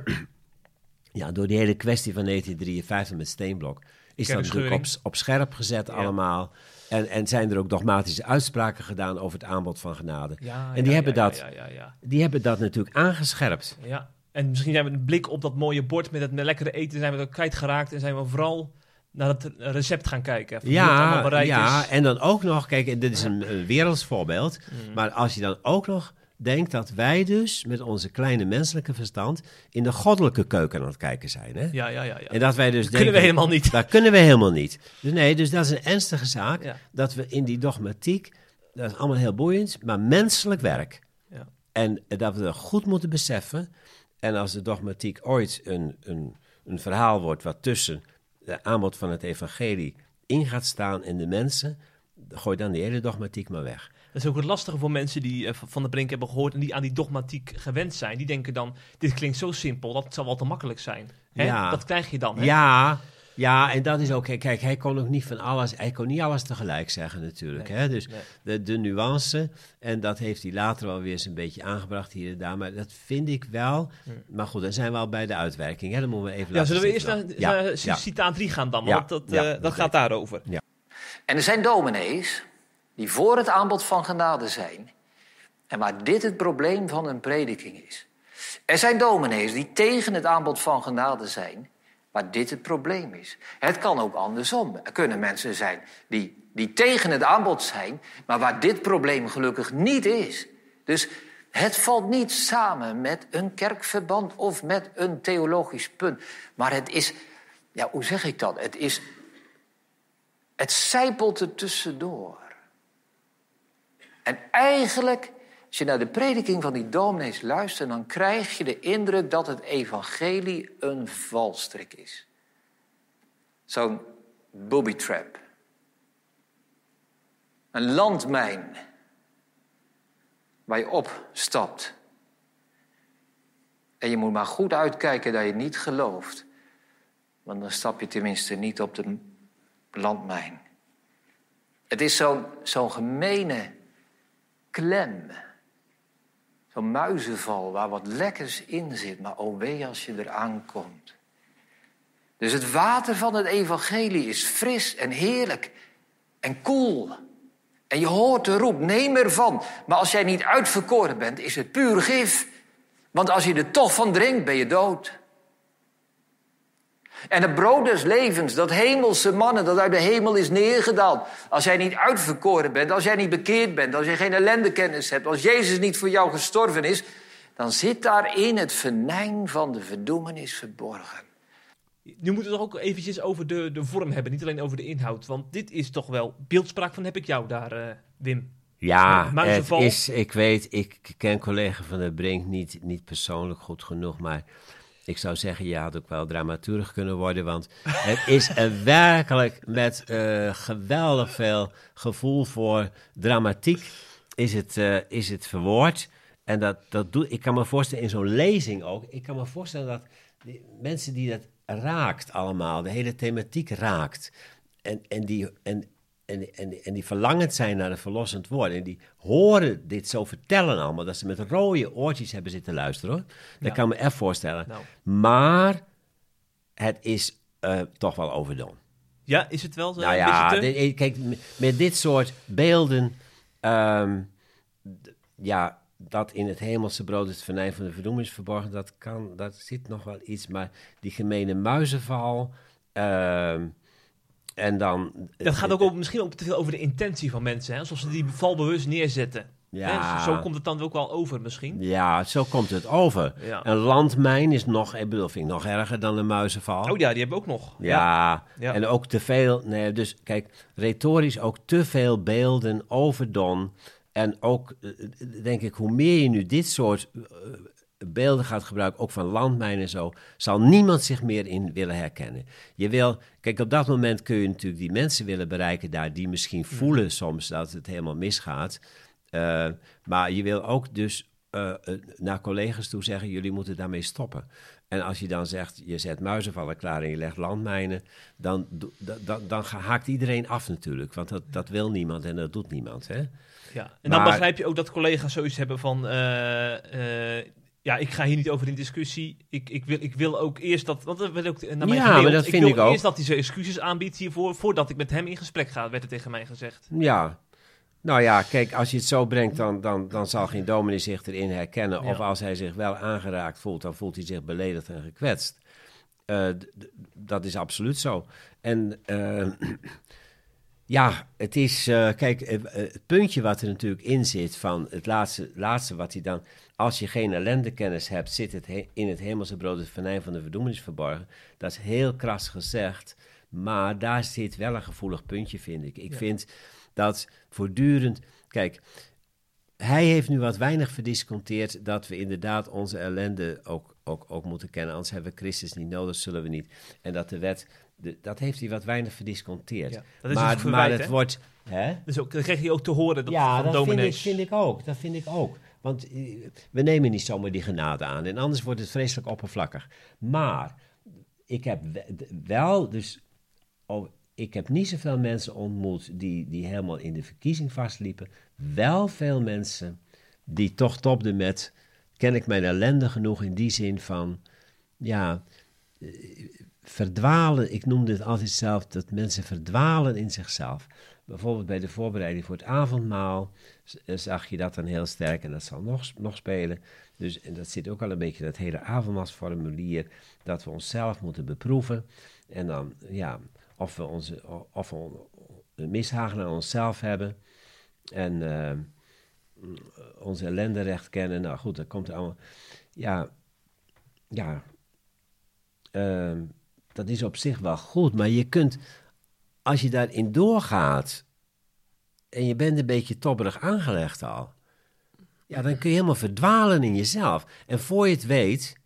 ja, door die hele kwestie van negentien drieënvijftig met Steenblok is dat natuurlijk op, op scherp gezet ja. allemaal. En, en zijn er ook dogmatische uitspraken gedaan over het aanbod van genade. Ja, en die, ja, hebben ja, dat, ja, ja, ja. die hebben dat natuurlijk aangescherpt. Ja, en misschien zijn we een blik op dat mooie bord met het lekkere eten zijn we ook kwijtgeraakt en zijn we vooral naar het recept gaan kijken. Ja, ja is. En dan ook nog, kijk, dit is een, een werelds voorbeeld, mm. maar als je dan ook nog denkt dat wij dus met onze kleine menselijke verstand in de goddelijke keuken aan het kijken zijn. Hè? Ja, ja, ja, ja. En dat wij dus dat denken, kunnen we helemaal niet. Dat kunnen we helemaal niet. Dus nee, dus dat is een ernstige zaak, ja. dat we in die dogmatiek, dat is allemaal heel boeiend, maar menselijk werk. Ja. En dat we dat goed moeten beseffen. En als de dogmatiek ooit een, een, een verhaal wordt wat tussen de aanbod van het evangelie in gaat staan en de mensen, gooi dan die hele dogmatiek maar weg. Dat is ook het lastige voor mensen die uh, Van der Brink hebben gehoord en die aan die dogmatiek gewend zijn. Die denken dan, dit klinkt zo simpel, dat zal wel te makkelijk zijn. Hè? Ja. Dat krijg je dan. Hè? Ja, ja, en dat is ook, kijk, hij kon ook niet van alles, hij kon niet alles tegelijk zeggen natuurlijk. Nee, hè? Dus nee. de, de nuance, en dat heeft hij later wel weer eens een beetje aangebracht hier en daar, maar dat vind ik wel. Hm. Maar goed, dan zijn we al bij de uitwerking, hè? Dan moeten we even ja, laten zullen we eerst naar, ja. naar ja. citaat drie gaan dan, ja. want dat, ja. uh, dat gaat daarover. Ja. En er zijn dominees die voor het aanbod van genade zijn en waar dit het probleem van een prediking is. Er zijn dominees die tegen het aanbod van genade zijn, waar dit het probleem is. Het kan ook andersom. Er kunnen mensen zijn die, die tegen het aanbod zijn, maar waar dit probleem gelukkig niet is. Dus het valt niet samen met een kerkverband of met een theologisch punt. Maar het is, ja, hoe zeg ik dat? Het is, het sijpelt er tussendoor. En eigenlijk, als je naar de prediking van die dominees luistert, dan krijg je de indruk dat het evangelie een valstrik is. Zo'n booby trap. Een landmijn waar je opstapt. En je moet maar goed uitkijken dat je niet gelooft. Want dan stap je tenminste niet op de landmijn. Het is zo'n, zo'n gemene klem. Zo'n muizenval waar wat lekkers in zit. Maar oh wee als je eraan komt. Dus het water van het evangelie is fris en heerlijk en koel. En je hoort de roep, neem ervan. Maar als jij niet uitverkoren bent, is het puur gif. Want als je er toch van drinkt, ben je dood. En het brood des levens, dat hemelse mannen dat uit de hemel is neergedaald. Als jij niet uitverkoren bent, als jij niet bekeerd bent, als je geen ellendekennis hebt, als Jezus niet voor jou gestorven is, dan zit daarin het venijn van de verdoemenis verborgen. Nu moeten we het ook eventjes over de, de vorm hebben, niet alleen over de inhoud. Want dit is toch wel beeldspraak van heb ik jou daar, uh, Wim. Ja, het is, ik weet, ik ken collega Van der Brink niet, niet persoonlijk goed genoeg, maar ik zou zeggen, je had ook wel dramaturg kunnen worden, want het is er werkelijk met uh, geweldig veel gevoel voor dramatiek is het, uh, is het verwoord. En dat, dat doe, ik kan me voorstellen, in zo'n lezing ook, ik kan me voorstellen dat die mensen die dat raakt allemaal, de hele thematiek raakt, en, en, die, en, en, en, en die verlangend zijn naar een verlossend woord, en die horen dit zo vertellen allemaal, dat ze met rode oortjes hebben zitten luisteren, hoor. Dat ja. kan me echt voorstellen. Nou. Maar het is uh, toch wel overdone. Ja, is het wel zo? Nou ja, dit, kijk, met dit soort beelden, um, d- ja, dat in het hemelse brood het venijn van de verdoemenis verborgen, dat kan, dat zit nog wel iets, maar die gemene muizenval, um, en dan... Dat gaat ook over, misschien ook te veel over de intentie van mensen, hè? Alsof ze die val bewust neerzetten. Ja. Hè, zo komt het dan ook wel over misschien. Ja, zo komt het over. Ja. Een landmijn is nog, ik bedoel, vind ik nog erger dan een muizenval. Oh ja, die hebben we ook nog. Ja, Ja. en ook te veel. Nee, dus kijk, retorisch ook te veel beelden, overdon. En ook, eh, denk ik, hoe meer je nu dit soort uh, beelden gaat gebruiken, ook van landmijnen en zo, zal niemand zich meer in willen herkennen. Je wil, kijk, op dat moment kun je natuurlijk die mensen willen bereiken daar, die misschien voelen soms dat het helemaal misgaat. Uh, maar je wil ook dus uh, uh, naar collega's toe zeggen, jullie moeten daarmee stoppen. En als je dan zegt, je zet muizenvallen klaar en je legt landmijnen, dan, dan, dan, dan haakt iedereen af natuurlijk. Want dat, dat wil niemand en dat doet niemand. Hè? Ja. En dan Maar- begrijp je ook dat collega's zoiets hebben van... eh, eh, ja, ik ga hier niet over in discussie. Ik, ik, wil, ik wil ook eerst dat... Want dat werd ook naar mij Ja, gemaild. maar dat ik vind wil ik ook. eerst dat hij zijn excuses aanbiedt hiervoor... voordat ik met hem in gesprek ga, werd er tegen mij gezegd. Ja. Nou ja, kijk, als je het zo brengt, dan, dan, dan zal geen dominee zich erin herkennen. Ja. Of als hij zich wel aangeraakt voelt, dan voelt hij zich beledigd en gekwetst. Uh, d- d- dat is absoluut zo. En uh, ja, het is, uh, kijk, uh, het puntje wat er natuurlijk in zit van het laatste, laatste wat hij dan... Als je geen ellendekennis hebt, zit het he- in het hemelse brood het venijn van de verdoemenis verborgen. Dat is heel kras gezegd, maar daar zit wel een gevoelig puntje, vind ik. Ik Ja. vind dat voortdurend... Kijk, hij heeft nu wat weinig verdisconteerd dat we inderdaad onze ellende ook, ook, ook moeten kennen. Anders hebben we Christus niet nodig, zullen we niet. En dat de wet, de, dat heeft hij wat weinig verdisconteerd. Ja, dat is maar, een verwijt, maar het hè? wordt... Hè? Dus ook, dat kreeg je ook te horen dat, Ja, van dat vind ik, dominees. vind ik ook. Dat vind ik ook. Want eh, we nemen niet zomaar die genade aan. En anders wordt het vreselijk oppervlakkig. Maar ik heb we- wel, dus oh, ik heb niet zoveel mensen ontmoet die, die helemaal in de verkiezing vastliepen. Wel veel mensen die toch topden met, ken ik mijn ellende genoeg in die zin van, ja, eh, verdwalen. Ik noem dit altijd zelf, dat mensen verdwalen in zichzelf. Bijvoorbeeld bij de voorbereiding voor het avondmaal z- zag je dat dan heel sterk en dat zal nog, nog spelen. Dus, en dat zit ook al een beetje in dat hele avondmaalsformulier, dat we onszelf moeten beproeven. En dan, ja, of we, onze, of we een mishagen aan onszelf hebben en uh, onze ellende recht kennen. Nou goed, dat komt er allemaal. Ja, ja, uh, dat is op zich wel goed, maar je kunt, als je daarin doorgaat en je bent een beetje tobberig aangelegd al, ja, dan kun je helemaal verdwalen in jezelf. En voor je het weet,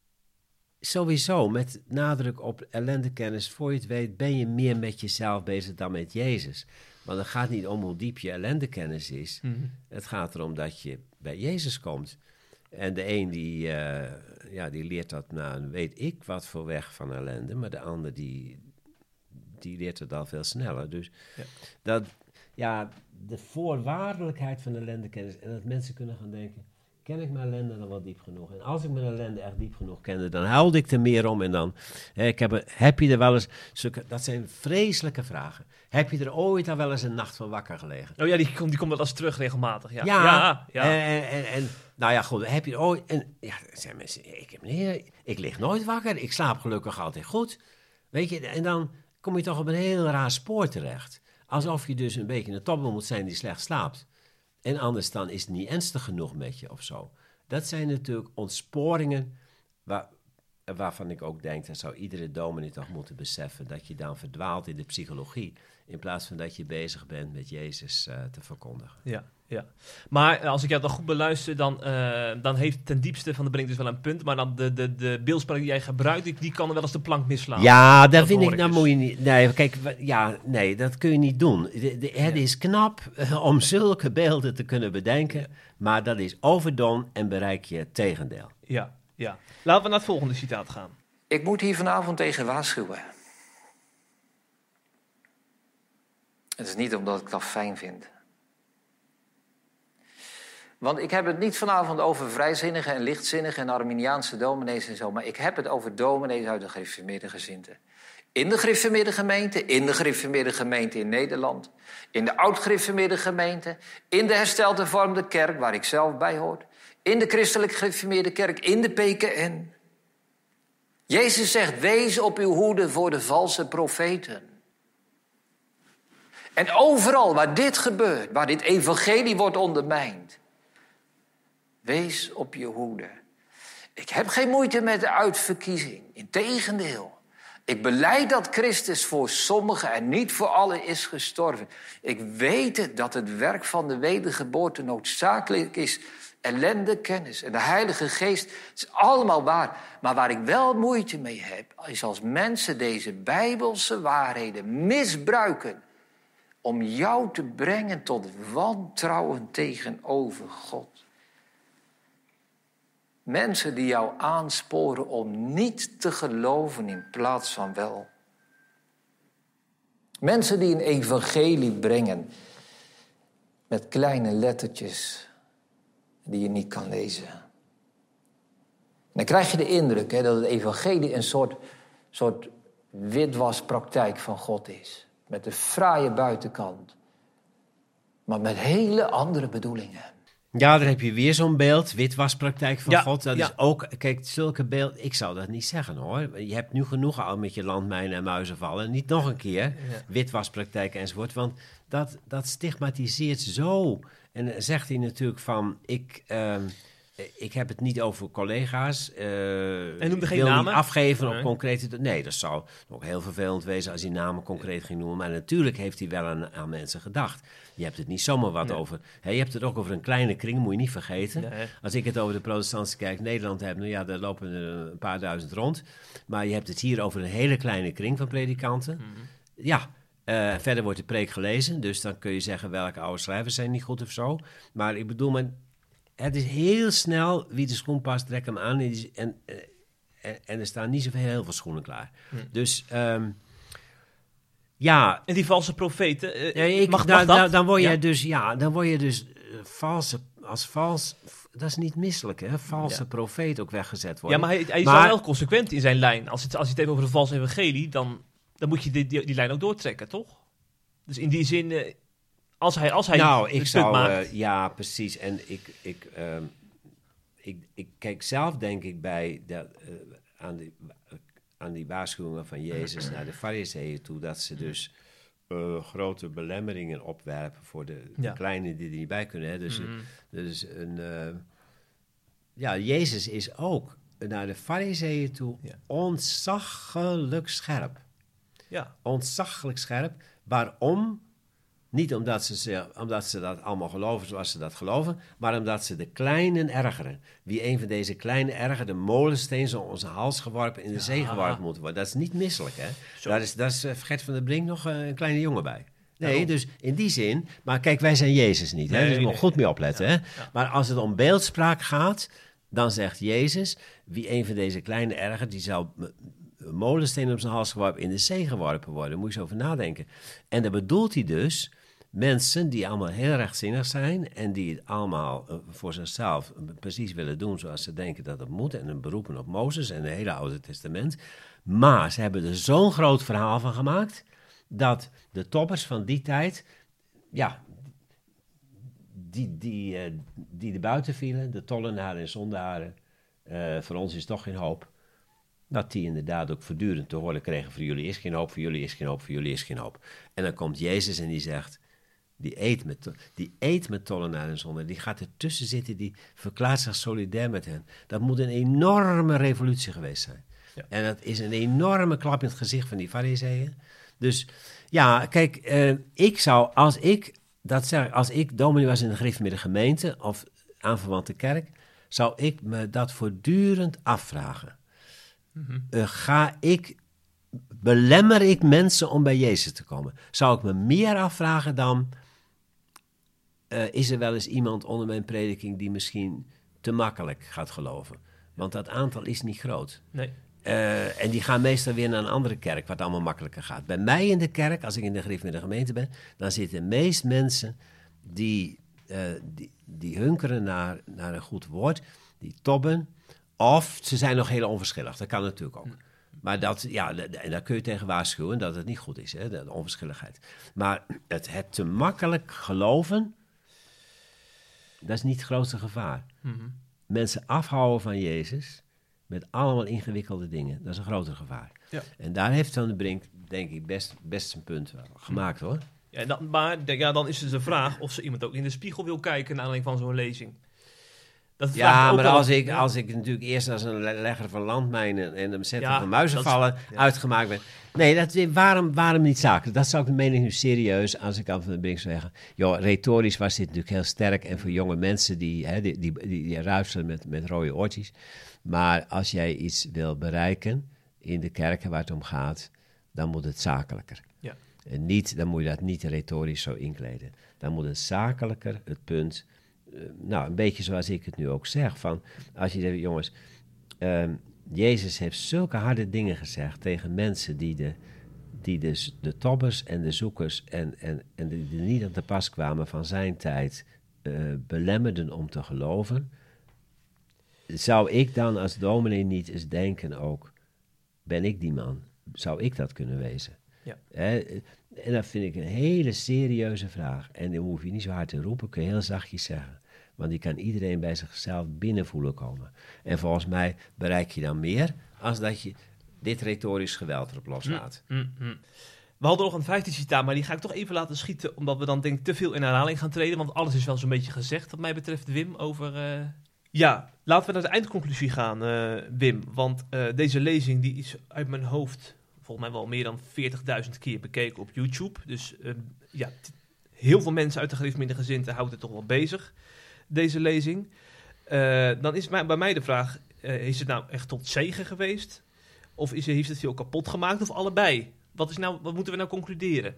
sowieso met nadruk op ellendekennis, voor je het weet ben je meer met jezelf bezig dan met Jezus. Want het gaat niet om hoe diep je ellendekennis is. Mm-hmm. Het gaat erom dat je bij Jezus komt. En de een die, uh, ja, die leert dat, nou, weet ik wat voor weg van ellende, maar de ander die, die leert het al veel sneller. Dus Ja. dat, ja, de voorwaardelijkheid van ellendekennis en dat mensen kunnen gaan denken, ken ik mijn ellende dan wel diep genoeg? En als ik mijn ellende echt diep genoeg kende, dan huilde ik er meer om en dan, hè, ik heb, een, heb je er wel eens, zulke, dat zijn vreselijke vragen. Heb je er ooit al wel eens een nacht van wakker gelegen? Oh ja, die komt, die komt wel eens terug regelmatig. Ja, Ja, ja, ja. En, en, en nou ja, goed, heb je er ooit... En, ja, er zijn mensen, ik, heb, nee, ik lig nooit wakker, ik slaap gelukkig altijd goed. Weet je, en dan kom je toch op een heel raar spoor terecht. Alsof je dus een beetje een topper moet zijn die slecht slaapt. En anders dan is het niet ernstig genoeg met je of zo. Dat zijn natuurlijk ontsporingen waar, waarvan ik ook denk, dat zou iedere dominee toch moeten beseffen, dat je dan verdwaalt in de psychologie, in plaats van dat je bezig bent met Jezus uh, te verkondigen. Ja, ja. Maar als ik jou dan goed beluister, dan, uh, dan heeft ten diepste Van der Brink dus wel een punt. Maar dan de, de, de beeldspraak die jij gebruikt, die, die kan er wel eens de plank misslaan. Ja, dat, dat vind ik, ik nou dus. moet je niet... Nee, kijk, ja, nee, dat kun je niet doen. De, de, het Ja. is knap uh, om zulke beelden te kunnen bedenken, Ja. maar dat is overdone en bereik je het tegendeel. Ja, ja. Laten we naar het volgende citaat gaan. Ik moet hier vanavond tegen waarschuwen. Het is niet omdat ik dat fijn vind. Want ik heb het niet vanavond over vrijzinnige en lichtzinnige en Arminiaanse dominees en zo, maar ik heb het over dominees uit de gereformeerde gezinten. In de gereformeerde gemeente, in de gereformeerde gemeente in Nederland, in de oud-gereformeerde gemeente, in de hersteld hervormde kerk, waar ik zelf bij hoor, in de christelijk gereformeerde kerk, in de P K N. Jezus zegt, wees op uw hoede voor de valse profeten. En overal waar dit gebeurt, waar dit evangelie wordt ondermijnd, wees op je hoede. Ik heb geen moeite met de uitverkiezing. Integendeel. Ik belijd dat Christus voor sommigen en niet voor allen is gestorven. Ik weet het, dat het werk van de wedergeboorte noodzakelijk is. Ellende, kennis en de Heilige Geest, is allemaal waar. Maar waar ik wel moeite mee heb, is als mensen deze Bijbelse waarheden misbruiken om jou te brengen tot wantrouwen tegenover God. Mensen die jou aansporen om niet te geloven in plaats van wel. Mensen die een evangelie brengen met kleine lettertjes die je niet kan lezen. En dan krijg je de indruk hè, dat het evangelie een soort, soort witwaspraktijk van God is. Met een fraaie buitenkant. Maar met hele andere bedoelingen. Ja, daar heb je weer zo'n beeld, witwaspraktijk van ja, God. Dat ja. is ook, kijk, zulke beeld, ik zou dat niet zeggen hoor. Je hebt nu genoeg al met je landmijnen en muizenvallen. Niet nog een keer, ja. witwaspraktijk enzovoort. Want dat, dat stigmatiseert zo. En dan zegt hij natuurlijk van, ik... Uh, Ik heb het niet over collega's. Uh, en noemde geen wil namen? Niet afgeven nee. op concrete... Nee, dat zou ook heel vervelend wezen als hij namen concreet ging noemen. Maar natuurlijk heeft hij wel aan, aan mensen gedacht. Je hebt het niet zomaar wat nee. over... Hè, je hebt het ook over een kleine kring, moet je niet vergeten. Nee. Als ik het over de protestantse kerk Nederland heb... Nou ja, daar lopen er een paar duizend rond. Maar je hebt het hier over een hele kleine kring van predikanten. Mm-hmm. Ja... Uh, verder wordt de preek gelezen. Dus dan kun je zeggen welke oude schrijvers zijn niet goed of zo. Maar ik bedoel... Maar, het is heel snel, wie de schoen past, trek hem aan. En, en, en er staan niet zoveel heel veel schoenen klaar. Hm. Dus, um, ja... En die valse profeten, uh, ja, ik, mag, da, mag dat? Da, dan word je ja. dus, ja, dan word je dus uh, valse, als vals... Dat is niet misselijk, hè? Valse ja. profeet ook weggezet worden. Ja, maar hij, hij is maar, wel consequent in zijn lijn. Als, het, als je het heeft over de valse evangelie, dan, dan moet je die, die, die lijn ook doortrekken, toch? Dus in die zin... Uh, Als hij, als hij nou, ik zou, maakt. Uh, ja, precies. En ik, ik, uh, ik, ik kijk zelf, denk ik, bij dat, uh, aan, die, uh, aan die waarschuwingen van Jezus naar de Farizeeën toe, dat ze dus uh, grote belemmeringen opwerpen voor de, de ja. kleinen die er niet bij kunnen. Hè. Dus, mm-hmm. dus een, uh, ja, Jezus is ook naar de Farizeeën toe ja. ontzaglijk scherp. Ja. Ontzaglijk scherp. Waarom? Niet omdat ze, omdat ze dat allemaal geloven zoals ze dat geloven, maar omdat ze de kleinen ergeren. Wie een van deze kleinen ergeren, de molensteen zo onze hals geworpen, in de ja. zee geworpen moet worden. Dat is niet misselijk, hè? Daar is, daar is uh, Gert van der Brink nog uh, een kleine jongen bij. Nee, Daarom. Dus in die zin... Maar kijk, wij zijn Jezus niet, hè? Nee, dus je moet nee, goed mee opletten, ja. hè? Ja. Maar als het om beeldspraak gaat, dan zegt Jezus, wie een van deze kleine ergert, die zal... molensteen op zijn hals geworpen, in de zee geworpen worden. Daar moet je eens over nadenken. En dan bedoelt hij dus mensen die allemaal heel rechtzinnig zijn en die het allemaal uh, voor zichzelf uh, precies willen doen zoals ze denken dat het moet en een beroepen op Mozes en het hele Oude Testament. Maar ze hebben er zo'n groot verhaal van gemaakt dat de toppers van die tijd, ja, die, die, uh, die er buiten vielen, de tollenaren en zondaren, uh, voor ons is toch geen hoop. Dat die inderdaad ook voortdurend te horen kregen, voor jullie is geen hoop, voor jullie is geen hoop, voor jullie is geen hoop. En dan komt Jezus en die zegt, die eet met, die eet met tollenaren en zondaren, die gaat ertussen zitten, die verklaart zich solidair met hen. Dat moet een enorme revolutie geweest zijn. Ja. En dat is een enorme klap in het gezicht van die Farizeeën. Dus ja, kijk, uh, ik zou, als ik, dat zeg, als ik dominee was in de gereformeerde gemeente of aanverwante kerk, zou ik me dat voortdurend afvragen. Mm-hmm. Uh, ga ik, belemmer ik mensen om bij Jezus te komen? Zou ik me meer afvragen dan, uh, is er wel eens iemand onder mijn prediking die misschien te makkelijk gaat geloven? Want dat aantal is niet groot. Nee. Uh, en die gaan meestal weer naar een andere kerk, wat allemaal makkelijker gaat. Bij mij in de kerk, als ik in de gereformeerde gemeente ben, dan zitten meest mensen die, uh, die, die hunkeren naar, naar een goed woord, die tobben. Of ze zijn nog heel onverschillig. Dat kan natuurlijk ook. Maar dat, ja, en daar kun je tegen waarschuwen dat het niet goed is, hè, de onverschilligheid. Maar het, het te makkelijk geloven, dat is niet het grootste gevaar. Mm-hmm. Mensen afhouden van Jezus met allemaal ingewikkelde dingen, dat is een groter gevaar. Ja. En daar heeft Van der Brink, denk ik, best, best een punt gemaakt, hoor. Ja, dan, maar de, ja, dan is dus de vraag of ze iemand ook in de spiegel wil kijken naar aanleiding van zo'n lezing. Dat ja, ook maar wel, als ik, ja. als ik natuurlijk eerst als een le- legger van landmijnen en een zetter Ja, van muizenvallen dat is- ja. uitgemaakt ben. Nee, dat, waarom, waarom niet zakelijk? Dat zou ik meen ik nu serieus, als ik aan Van den Brink zou zeggen. Joh, retorisch was dit natuurlijk heel sterk. En voor jonge mensen die, hè, die, die, die, die ruiselen met, met rode oortjes. Maar als jij iets wil bereiken in de kerken waar het om gaat, dan moet het zakelijker. Ja. En niet, dan moet je dat niet retorisch zo inkleden. Dan moet het zakelijker, het punt. Uh, nou, een beetje zoals ik het nu ook zeg. Van, als je zegt, jongens, uh, Jezus heeft zulke harde dingen gezegd tegen mensen die de, die de, de tobbers en de zoekers en, en, en die, die niet aan te pas kwamen van zijn tijd uh, belemmerden om te geloven. Zou ik dan als dominee niet eens denken ook, ben ik die man? Zou ik dat kunnen wezen? Ja. Hè? En dat vind ik een hele serieuze vraag. En dan hoef je niet zo hard te roepen, kun je heel zachtjes zeggen. Want die kan iedereen bij zichzelf binnenvoelen komen. En volgens mij bereik je dan meer als dat je dit retorisch geweld erop loslaat. Mm, mm, mm. We hadden nog een vijfde citaat, maar die ga ik toch even laten schieten, omdat we dan denk ik te veel in herhaling gaan treden, want alles is wel zo'n beetje gezegd wat mij betreft, Wim, over... Uh... Ja, laten we naar de eindconclusie gaan, uh, Wim, want uh, deze lezing die is uit mijn hoofd volgens mij wel meer dan veertigduizend keer bekeken op YouTube. Dus uh, ja, t- heel veel mensen uit de gereformeerde gezindte houden het toch wel bezig, deze lezing. Uh, dan is mij, bij mij de vraag, uh, is het nou echt tot zegen geweest? Of is, heeft het veel kapot gemaakt? Of allebei? Wat, is nou, wat moeten we nou concluderen?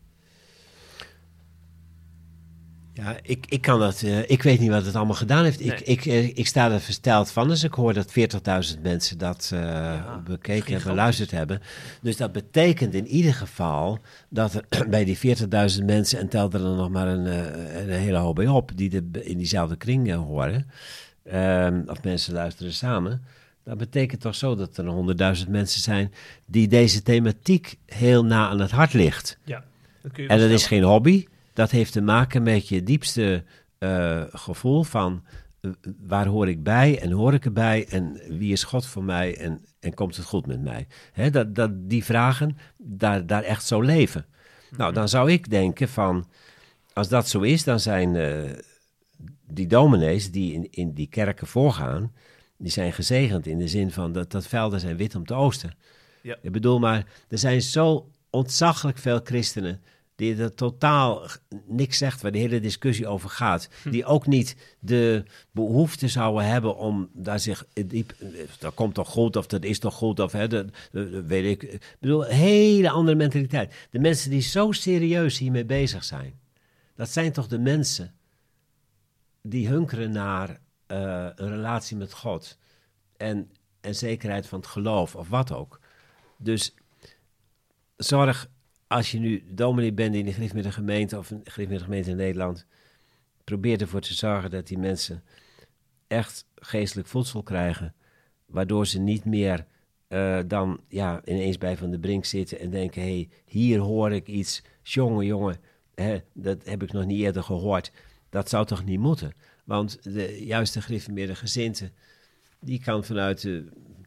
Ja, ik, ik kan dat... Uh, ik weet niet wat het allemaal gedaan heeft. Nee. Ik, ik, uh, ik sta er versteld van. Dus ik hoor dat veertigduizend mensen dat uh, ja, bekeken en beluisterd hebben. Dus dat betekent in ieder geval dat er bij die veertigduizend mensen... en telt er dan nog maar een, uh, een hele hoop bij op... die de, in diezelfde kring uh, horen. Um, of mensen luisteren samen. Dat betekent toch zo dat er honderdduizend mensen zijn... die deze thematiek heel na aan het hart ligt. Ja, dat kun je en dat stellen. is geen hobby... Dat heeft te maken met je diepste uh, gevoel van uh, waar hoor ik bij en hoor ik erbij en wie is God voor mij en, en komt het goed met mij. Hè, dat, dat die vragen daar, daar echt zo leven. Mm-hmm. Nou, dan zou ik denken van, als dat zo is, dan zijn uh, die dominees die in, in die kerken voorgaan, die zijn gezegend in de zin van dat, dat velden zijn wit om te oosten. Ja. Ik bedoel maar, er zijn zo ontzaglijk veel christenen die er totaal niks zegt, waar de hele discussie over gaat. Hm. Die ook niet de behoefte zouden hebben om daar zich diep... Dat komt toch goed, of dat is toch goed, of hè, dat, dat weet ik. Ik bedoel, een hele andere mentaliteit. De mensen die zo serieus hiermee bezig zijn, dat zijn toch de mensen die hunkeren naar uh, een relatie met God en, en zekerheid van het geloof, of wat ook. Dus zorg... Als je nu dominee bent in de gereformeerde gemeente of een gereformeerde gemeente in Nederland, probeer ervoor te zorgen dat die mensen echt geestelijk voedsel krijgen, waardoor ze niet meer uh, dan ja, ineens bij Van den Brink zitten en denken, hé, hey, hier hoor ik iets, jongen, jongen, hè, dat heb ik nog niet eerder gehoord. Dat zou toch niet moeten? Want de juiste gereformeerde gezindte, die kan vanuit de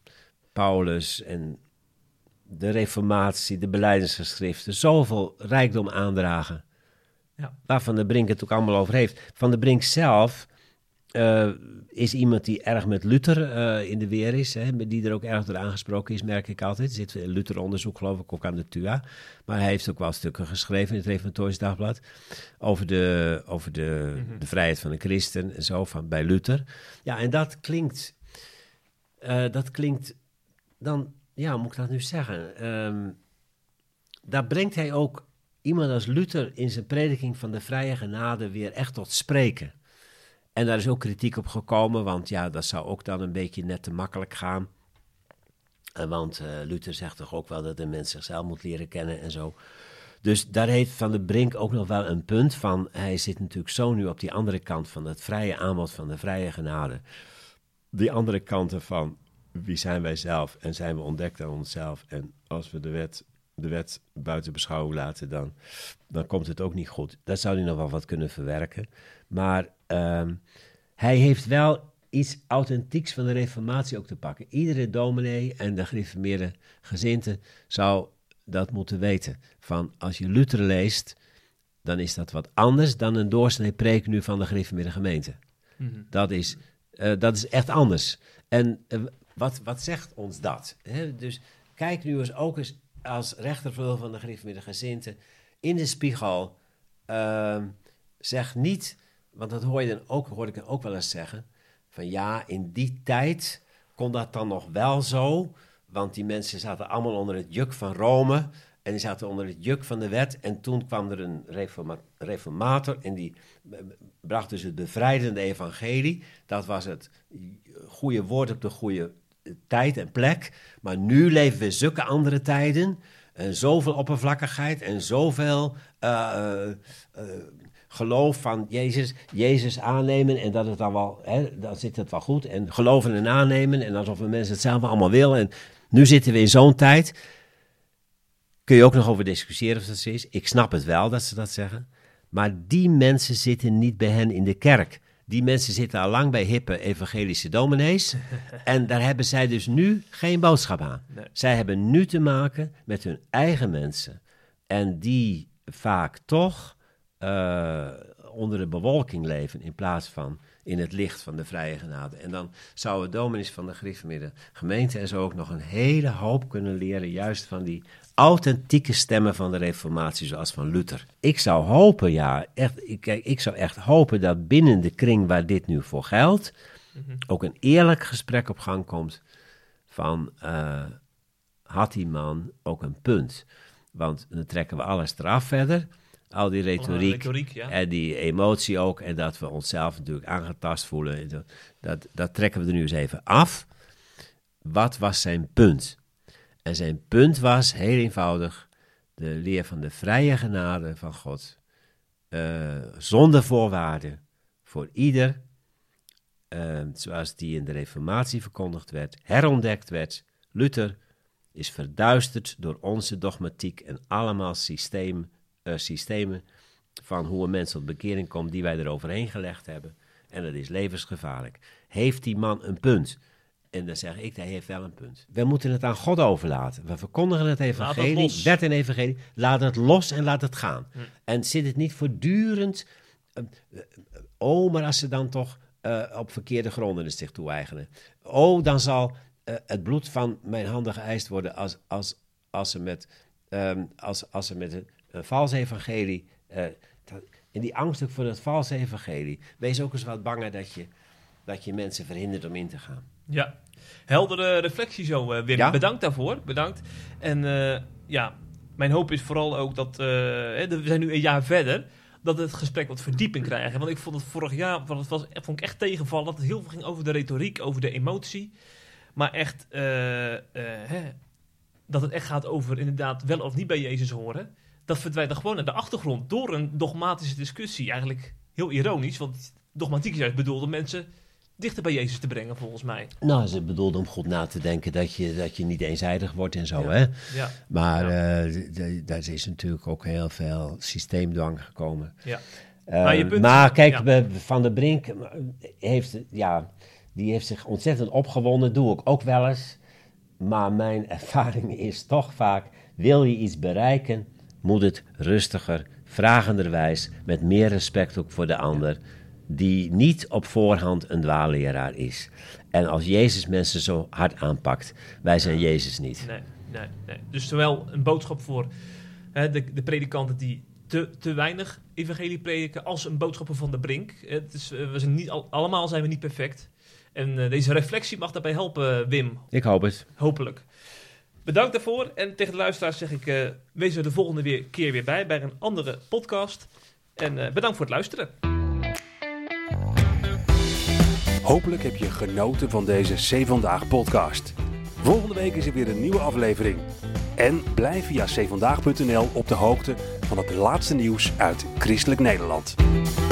Paulus en de reformatie, de belijdenisgeschriften, zoveel rijkdom aandragen. Ja. Waar Van den Brink het ook allemaal over heeft. Van den Brink zelf uh, is iemand die erg met Luther uh, in de weer is, hè, die er ook erg door aangesproken is, merk ik altijd. Er zit Luther-onderzoek, geloof ik, ook aan de T U A. Maar hij heeft ook wel stukken geschreven in het Reformatorisch Dagblad over de, over de, mm-hmm. de vrijheid van een christen en zo, van, bij Luther. Ja, en dat klinkt... Uh, dat klinkt dan... Ja, hoe moet ik dat nu zeggen? Um, daar brengt hij ook iemand als Luther in zijn prediking van de vrije genade weer echt tot spreken. En daar is ook kritiek op gekomen, want ja, dat zou ook dan een beetje net te makkelijk gaan. Uh, want uh, Luther zegt toch ook wel dat de mens zichzelf moet leren kennen en zo. Dus daar heeft Van den Brink ook nog wel een punt van. Hij zit natuurlijk zo nu op die andere kant van het vrije aanbod van de vrije genade. Die andere kanten van... Wie zijn wij zelf? En zijn we ontdekt aan onszelf? En als we de wet, de wet buiten beschouwing laten, dan, dan komt het ook niet goed. Daar zou hij nog wel wat kunnen verwerken. Maar um, hij heeft wel iets authentieks van de reformatie ook te pakken. Iedere dominee en de gereformeerde gezindte zou dat moeten weten. Van als je Luther leest dan is dat wat anders dan een doorsnee preek nu van de gereformeerde gemeente. Mm-hmm. Dat is, uh, dat is echt anders. En uh, wat, wat zegt ons dat? Hè? Dus kijk nu eens ook eens als rechter van de gereformeerde gezinten in de spiegel. Uh, zeg niet, want dat hoor je dan ook, hoor ik dan ook wel eens zeggen, van ja, in die tijd kon dat dan nog wel zo, want die mensen zaten allemaal onder het juk van Rome en die zaten onder het juk van de wet. En toen kwam er een reforma- reformator en die bracht dus het bevrijdende evangelie. Dat was het goede woord op de goede tijd en plek. Maar nu leven we zulke andere tijden en zoveel oppervlakkigheid en zoveel uh, uh, geloof van Jezus, Jezus aannemen en dat het dan wel, hè, dan zit het wel goed. En geloven en aannemen en alsof we mensen het zelf allemaal willen. En nu zitten we in zo'n tijd. Kun je ook nog over discussiëren of dat zo is. Ik snap het wel dat ze dat zeggen. Maar die mensen zitten niet bij hen in de kerk. Die mensen zitten al lang bij hippe evangelische dominees. En daar hebben zij dus nu geen boodschap aan. Nee. Zij hebben nu te maken met hun eigen mensen. En die vaak toch uh, onder de bewolking leven in plaats van in het licht van de vrije genade. En dan zouden dominees van de gereformeerde gemeente en zo ook nog een hele hoop kunnen leren, juist van die authentieke stemmen van de reformatie, zoals van Luther. Ik zou hopen, ja, echt, ik, ik zou echt hopen dat binnen de kring waar dit nu voor geldt, mm-hmm. ook een eerlijk gesprek op gang komt van, uh, had die man ook een punt? Want dan trekken we alles eraf verder, al die retoriek, retoriek ja. en die emotie ook, en dat we onszelf natuurlijk aangetast voelen, dat, dat, dat trekken we er nu eens even af. Wat was zijn punt? En zijn punt was, heel eenvoudig, de leer van de vrije genade van God, uh, zonder voorwaarden, voor ieder, uh, zoals die in de reformatie verkondigd werd, herontdekt werd. Luther is verduisterd door onze dogmatiek en allemaal systeem, uh, systemen van hoe een mens tot bekering komt, die wij eroverheen gelegd hebben. En dat is levensgevaarlijk. Heeft die man een punt? En dan zeg ik, hij heeft wel een punt. We moeten het aan God overlaten. We verkondigen het evangelie, wet en evangelie. Laat het los en laat het gaan. Hm. En zit het niet voortdurend, uh, uh, oh, maar als ze dan toch uh, op verkeerde gronden zich toe-eigenen. Oh, dan zal uh, het bloed van mijn handen geëist worden als, als, als ze met, um, als, als ze met een, een vals evangelie, uh, dat, in die angst ook voor het valse evangelie. Wees ook eens wat banger dat je, dat je mensen verhindert om in te gaan. Ja, heldere reflectie zo, uh, Wim. Ja? Bedankt daarvoor, bedankt. En uh, ja, mijn hoop is vooral ook dat, uh, hè, we zijn nu een jaar verder, dat het gesprek wat verdieping krijgen. Want ik vond het vorig jaar, want het was, vond ik echt tegenvallen, dat het heel veel ging over de retoriek, over de emotie. Maar echt, uh, uh, hè, dat het echt gaat over inderdaad wel of niet bij Jezus horen. Dat verdwijnt dan gewoon naar de achtergrond door een dogmatische discussie. Eigenlijk heel ironisch, want dogmatiek is juist bedoeld om mensen dichter bij Jezus te brengen, volgens mij. Nou, ze bedoelde om goed na te denken dat je, dat je niet eenzijdig wordt en zo, ja. hè. Ja. Maar ja. uh, daar is natuurlijk ook heel veel systeemdwang gekomen. Ja. Uh, maar, je punt, maar kijk, ja. Van der Brink heeft, ja, die heeft zich ontzettend opgewonden, doe ik ook wel eens. Maar mijn ervaring is toch vaak, wil je iets bereiken, moet het rustiger, vragenderwijs, met meer respect ook voor de ander, die niet op voorhand een dwaalleraar is. En als Jezus mensen zo hard aanpakt, wij zijn ja. Jezus niet. Nee, nee, nee. Dus zowel een boodschap voor hè, de, de predikanten die te, te weinig evangelie prediken, als een boodschap van de Brink. Het is, we zijn niet, al, allemaal zijn we niet perfect. En uh, deze reflectie mag daarbij helpen, Wim. Ik hoop het. Hopelijk. Bedankt daarvoor. En tegen de luisteraars zeg ik, uh, wees er de volgende weer, keer weer bij, bij een andere podcast. En uh, bedankt voor het luisteren. Hopelijk heb je genoten van deze C Vandaag podcast. Volgende week is er weer een nieuwe aflevering. En blijf via c vandaag punt n l op de hoogte van het laatste nieuws uit Christelijk Nederland.